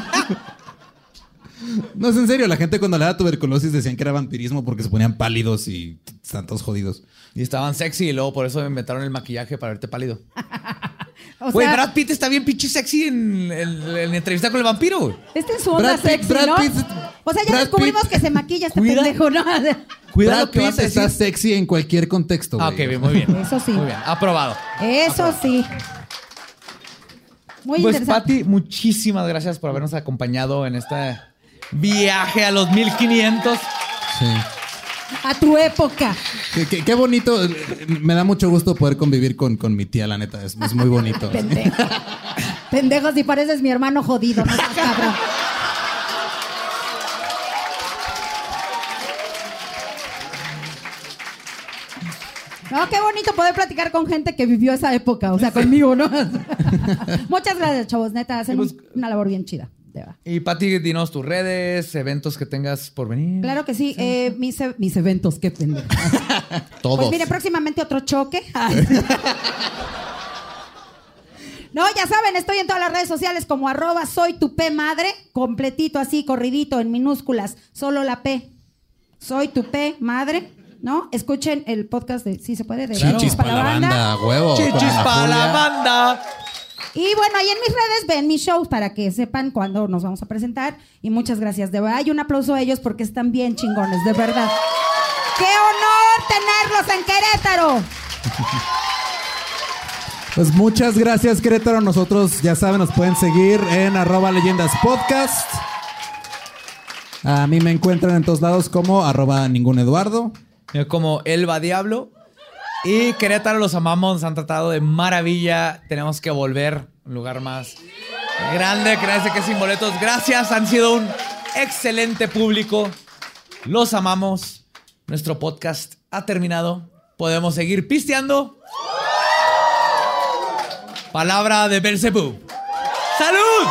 No, es en serio. La gente cuando le da tuberculosis decían que era vampirismo porque se ponían pálidos y están todos jodidos. Y estaban sexy y luego por eso inventaron el maquillaje para verte pálido. O Güey, sea, Brad Pitt está bien pinche sexy en, en- en la entrevista con el vampiro, güey. este es su onda Brad Pitt, sexy, Brad ¿no? Pitt, O sea, ya Brad descubrimos Pitt. que se maquilla este Cuida- pendejo, ¿no? Cuida Brad lo que vas Pitt a decir. está sexy en cualquier contexto, güey. Ah, ok, bien, muy bien. Eso sí. Muy bien, aprobado. Eso sí. Muy Pues, interesante. Pati, muchísimas gracias por habernos acompañado en este viaje a los mil quinientos. Sí. A tu época. Qué, qué- qué bonito. Me da mucho gusto poder convivir con, con mi tía, la neta. Es, es muy bonito. Pendejo. Pendejo, si pareces mi hermano jodido, no seas cabrón. No, qué bonito poder platicar con gente que vivió esa época, o sea, conmigo, ¿no? Muchas gracias, chavos, neta, hacen Pues- un- una labor bien chida. De verdad. Y Pati, dinos tus redes, eventos que tengas por venir. Claro que sí, eh, mis, e- mis eventos, qué pendejo. Todos. Pues mire, próximamente otro choque. No, ya saben, estoy en todas las redes sociales como arroba soy tu P madre, completito así, corridito, en minúsculas, solo la P. Soy tu P madre, ¿no? Escuchen el podcast de Sí se puede, de Chichis para la banda, huevo. Chichis con Ana para la Julia. banda. Y bueno, ahí en mis redes ven mis shows para que sepan cuándo nos vamos a presentar. Y muchas gracias, de verdad. Y un aplauso a ellos porque están bien chingones, de verdad. ¡Qué honor tenerlos en Querétaro! Pues muchas gracias, Querétaro. Nosotros, ya saben, nos pueden seguir en arroba leyendas podcast. A mí me encuentran en todos lados como arroba ningún Eduardo. Yo como Elba Diablo. Y Querétaro los amamos, nos han tratado de maravilla. Tenemos que volver a un lugar más grande, créanse que sin boletos. Gracias, han sido un excelente público. Los amamos. Nuestro podcast ha terminado. Podemos seguir pisteando. Palabra de Belzebú. ¡Salud!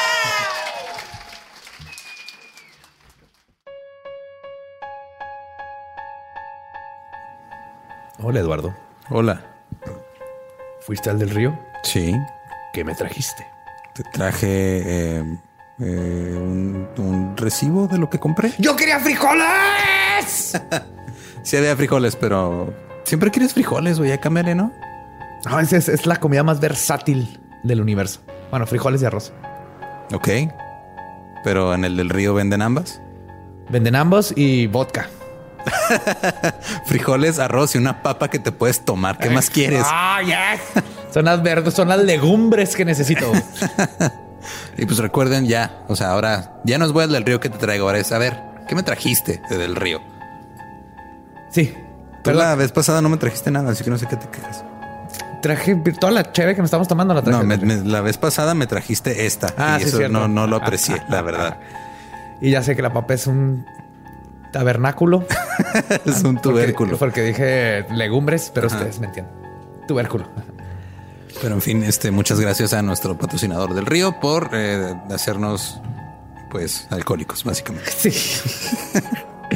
Hola, Eduardo. Hola. ¿Fuiste al del río? Sí. ¿Qué me trajiste? Te traje eh, eh, un, un recibo de lo que compré. ¡Yo quería frijoles! Sí había frijoles, pero siempre quieres frijoles, güey. Ya cámbiale, ¿no? Ah, es, es, es la comida más versátil del universo. Bueno, frijoles y arroz. Ok. Pero en el del río venden ambas. Venden ambos y vodka. Frijoles, arroz y una papa que te puedes tomar. ¿Qué más quieres? ¡Ah, yes! Son las verdes, son las legumbres que necesito. Y pues recuerden ya, o sea, ahora ya no es voy al del río que te traigo, ahora es a ver, ¿qué me trajiste de del río? Sí. Tú la vez pasada no me trajiste nada, así que no sé qué te quejas. Traje toda la cheve que nos estamos tomando. La traje. No, me- me- la vez pasada me trajiste esta. Ah, y sí, eso cierto. no, no lo aprecié, la verdad. Y ya sé que la papa es un tabernáculo. Es un tubérculo. Porque, porque dije legumbres, pero ustedes me entienden. Tubérculo. Pero en fin, este, muchas gracias a nuestro patrocinador del río por eh, hacernos, pues, alcohólicos, básicamente. Sí.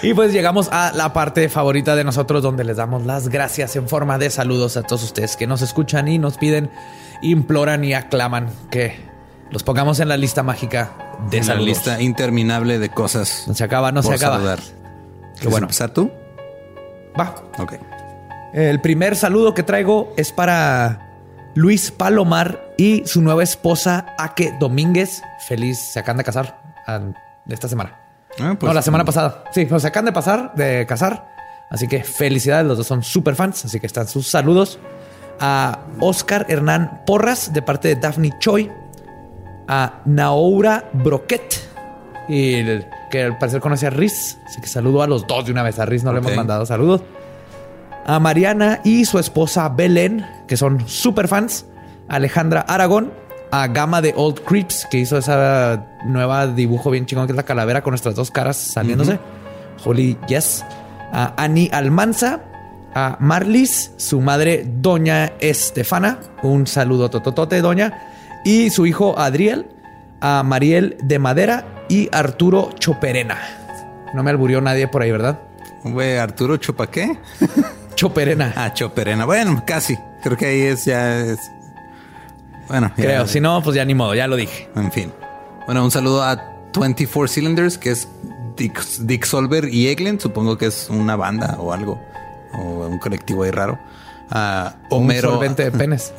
Y pues llegamos a la parte favorita de nosotros, donde les damos las gracias en forma de saludos a todos ustedes que nos escuchan y nos piden, imploran y aclaman que los pongamos en la lista mágica de en la saludos. lista interminable de cosas. No se acaba, no por se acaba. saludar. Qué ¿Quieres bueno. empezar tú? Va. Ok. El primer saludo que traigo es para Luis Palomar y su nueva esposa, Ake Domínguez. Feliz, se acaban de casar ah, esta semana. Ah, pues, no, la semana pasada. Sí, pues se acaban de pasar, de casar. Así que felicidades, los dos son súper fans. Así que están sus saludos. A Oscar Hernán Porras, de parte de Daphne Choi. A Naoura Broquet, y el, que al parecer conoce a Riz. Así que saludo a los dos de una vez. A Riz no Ok. le hemos mandado saludos. A Mariana y su esposa Belén, que son súper fans. A Alejandra Aragón. A Gama de Old Creeps, que hizo esa nueva dibujo bien chingón, que es la calavera con nuestras dos caras saliéndose. Uh-huh. Holy yes. A Ani Almanza. A Marlis, su madre Doña Estefana. Un saludo tototote, doña. Y su hijo Adriel. A Mariel de Madera y Arturo Choperena. No me alburió nadie por ahí, ¿verdad? Güey, Arturo Chupa, ¿qué? Choperena. Ah, Choperena. Bueno, casi. Creo que ahí es ya es... Bueno, ya- Creo. Si no, pues ya ni modo, ya lo dije. En fin. Bueno, un saludo a veinticuatro Cylinders, que es Dick, Dick Solver y Eglin. Supongo que es una banda o algo. O un colectivo ahí raro. A Homero. Un solvente de penes.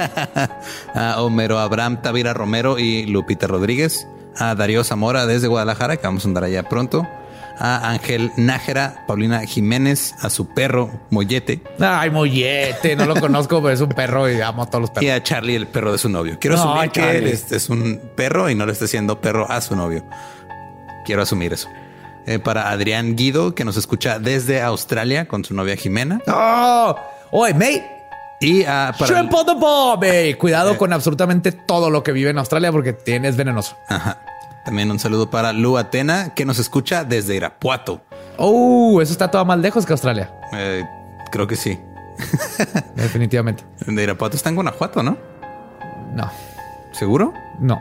A Homero Abraham Tavira Romero y Lupita Rodríguez. A Darío Zamora desde Guadalajara, que vamos a andar allá pronto. A Ángel Nájera, Paulina Jiménez, a su perro Mollete. Ay, Mollete. No lo conozco, pero es un perro y amo a todos los Y perros. a Charlie, el perro de su novio. Quiero No, asumir que Charlie. él es, es un perro y no le está haciendo perro a su novio. Quiero asumir eso. Eh, para Adrián Guido, que nos escucha desde Australia con su novia Jimena. ¡Oh! ¡Oye, mate! Y a para Shrimp on the bob, ey. Cuidado con absolutamente todo lo que vive en Australia porque tienes venenoso. Ajá. También un saludo para Lu Atena, que nos escucha desde Irapuato. Oh, eso está todo más lejos que Australia. Eh, creo que sí. Definitivamente. De Irapuato está en Guanajuato, ¿no? No, ¿Seguro? no.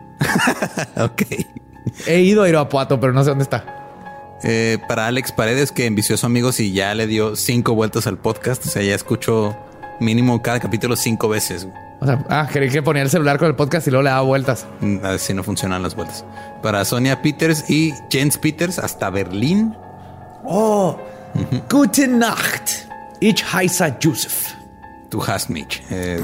Ok. He ido a Irapuato, pero no sé dónde está. Eh, para Alex Paredes, que envició a su amigo y ya le dio cinco vueltas al podcast. O sea, ya escuchó mínimo cada capítulo cinco veces. O sea, ah, creí que ponía el celular con el podcast y luego le daba vueltas. Así no funcionan las vueltas. Para Sonia Peters y Jens Peters hasta Berlín. Oh, guten Nacht. Ich heiße Joseph. Tu hast mich. Eh,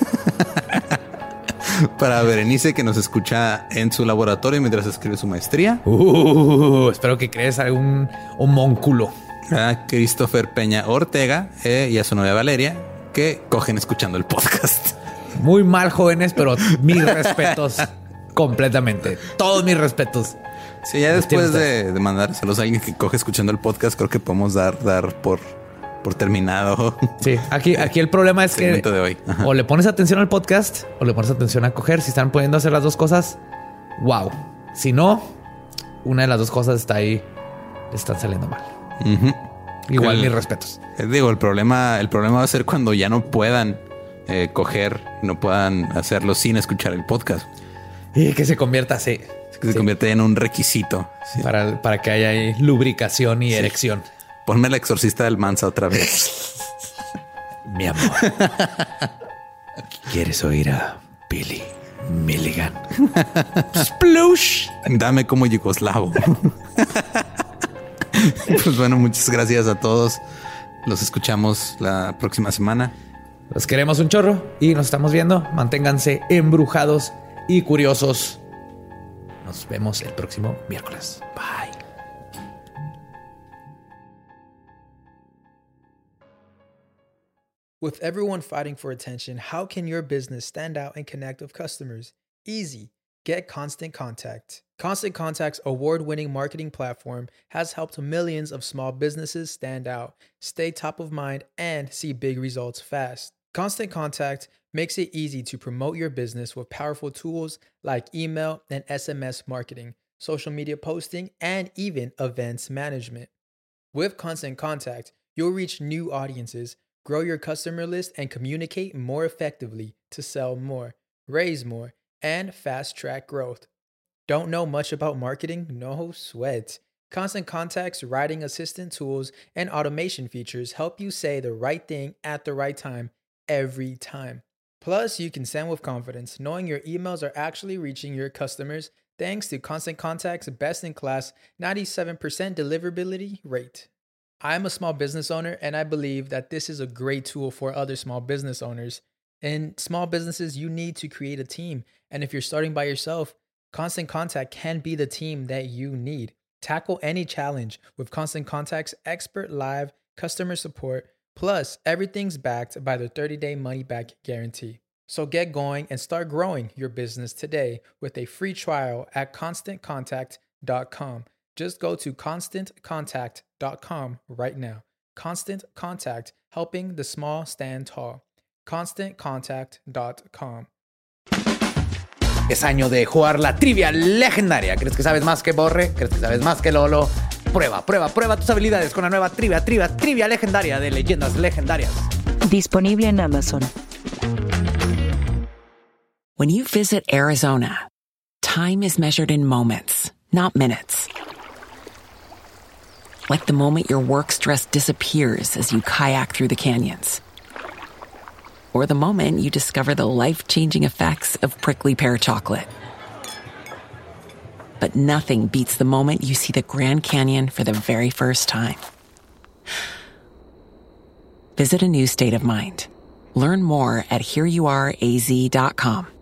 para Berenice, que nos escucha en su laboratorio mientras escribe su maestría. Uh, espero que crees algún homónculo. A Christopher Peña Ortega eh, y a su novia Valeria, que cogen escuchando el podcast. Muy mal, jóvenes, pero mis respetos completamente. Todos mis respetos. Sí, ya después de, de mandar saludos a alguien que coge escuchando el podcast, creo que podemos dar, dar por, por terminado. Sí, aquí, aquí el problema es el que segmento de hoy. Ajá. o le pones atención al podcast o le pones atención a coger. Si están pudiendo hacer las dos cosas, wow. Si no, una de las dos cosas está ahí, le están saliendo mal. Ujú. Igual El- mis respetos. Eh, Digo, el problema, el problema va a ser cuando ya no puedan eh, coger, no puedan hacerlo sin escuchar el podcast. Y que se convierta así. Es que se convierte en un requisito. Sí. Para, para que haya ahí lubricación y erección. Ponme el exorcista del Mansa otra vez. Mi amor. ¿Quieres oír a Billy Milligan? Sploosh. Dame como yugoslavo. Pues bueno, muchas gracias a todos. Los escuchamos la próxima semana. Los queremos un chorro y nos estamos viendo. Manténganse embrujados y curiosos. Nos vemos el próximo miércoles. Bye. With everyone fighting for attention, how can your business stand out and connect with customers? Easy. Get Constant Contact. Constant Contact's award-winning marketing platform has helped millions of small businesses stand out, stay top of mind, and see big results fast. Constant Contact makes it easy to promote your business with powerful tools like email and S M S marketing, social media posting, and even events management. With Constant Contact, you'll reach new audiences, grow your customer list, and communicate more effectively to sell more, raise more, and fast-track growth. Don't know much about marketing? No sweat. Constant Contact's writing assistant tools and automation features help you say the right thing at the right time every time. Plus, you can send with confidence, knowing your emails are actually reaching your customers thanks to Constant Contact's best-in-class ninety-seven percent deliverability rate. I'm a small business owner, and I believe that this is a great tool for other small business owners. In small businesses, you need to create a team. And if you're starting by yourself, Constant Contact can be the team that you need. Tackle any challenge with Constant Contact's expert live customer support. Plus, everything's backed by the thirty-day money-back guarantee. So get going and start growing your business today with a free trial at constant contact dot com. Just go to constant contact dot com right now. Constant Contact, helping the small stand tall. constant contact dot com. Es año de jugar la trivia legendaria. ¿Crees que sabes más que Borre? ¿Crees que sabes más que Lolo? Prueba, prueba, prueba tus habilidades con la nueva trivia, trivia, trivia legendaria de Leyendas Legendarias. Disponible en Amazon. When you visit Arizona, time is measured in moments, not minutes. Like the moment your work stress disappears as you kayak through the canyons. Or the moment you discover the life-changing effects of prickly pear chocolate. But nothing beats the moment you see the Grand Canyon for the very first time. Visit a new state of mind. Learn more at here you are a z dot com.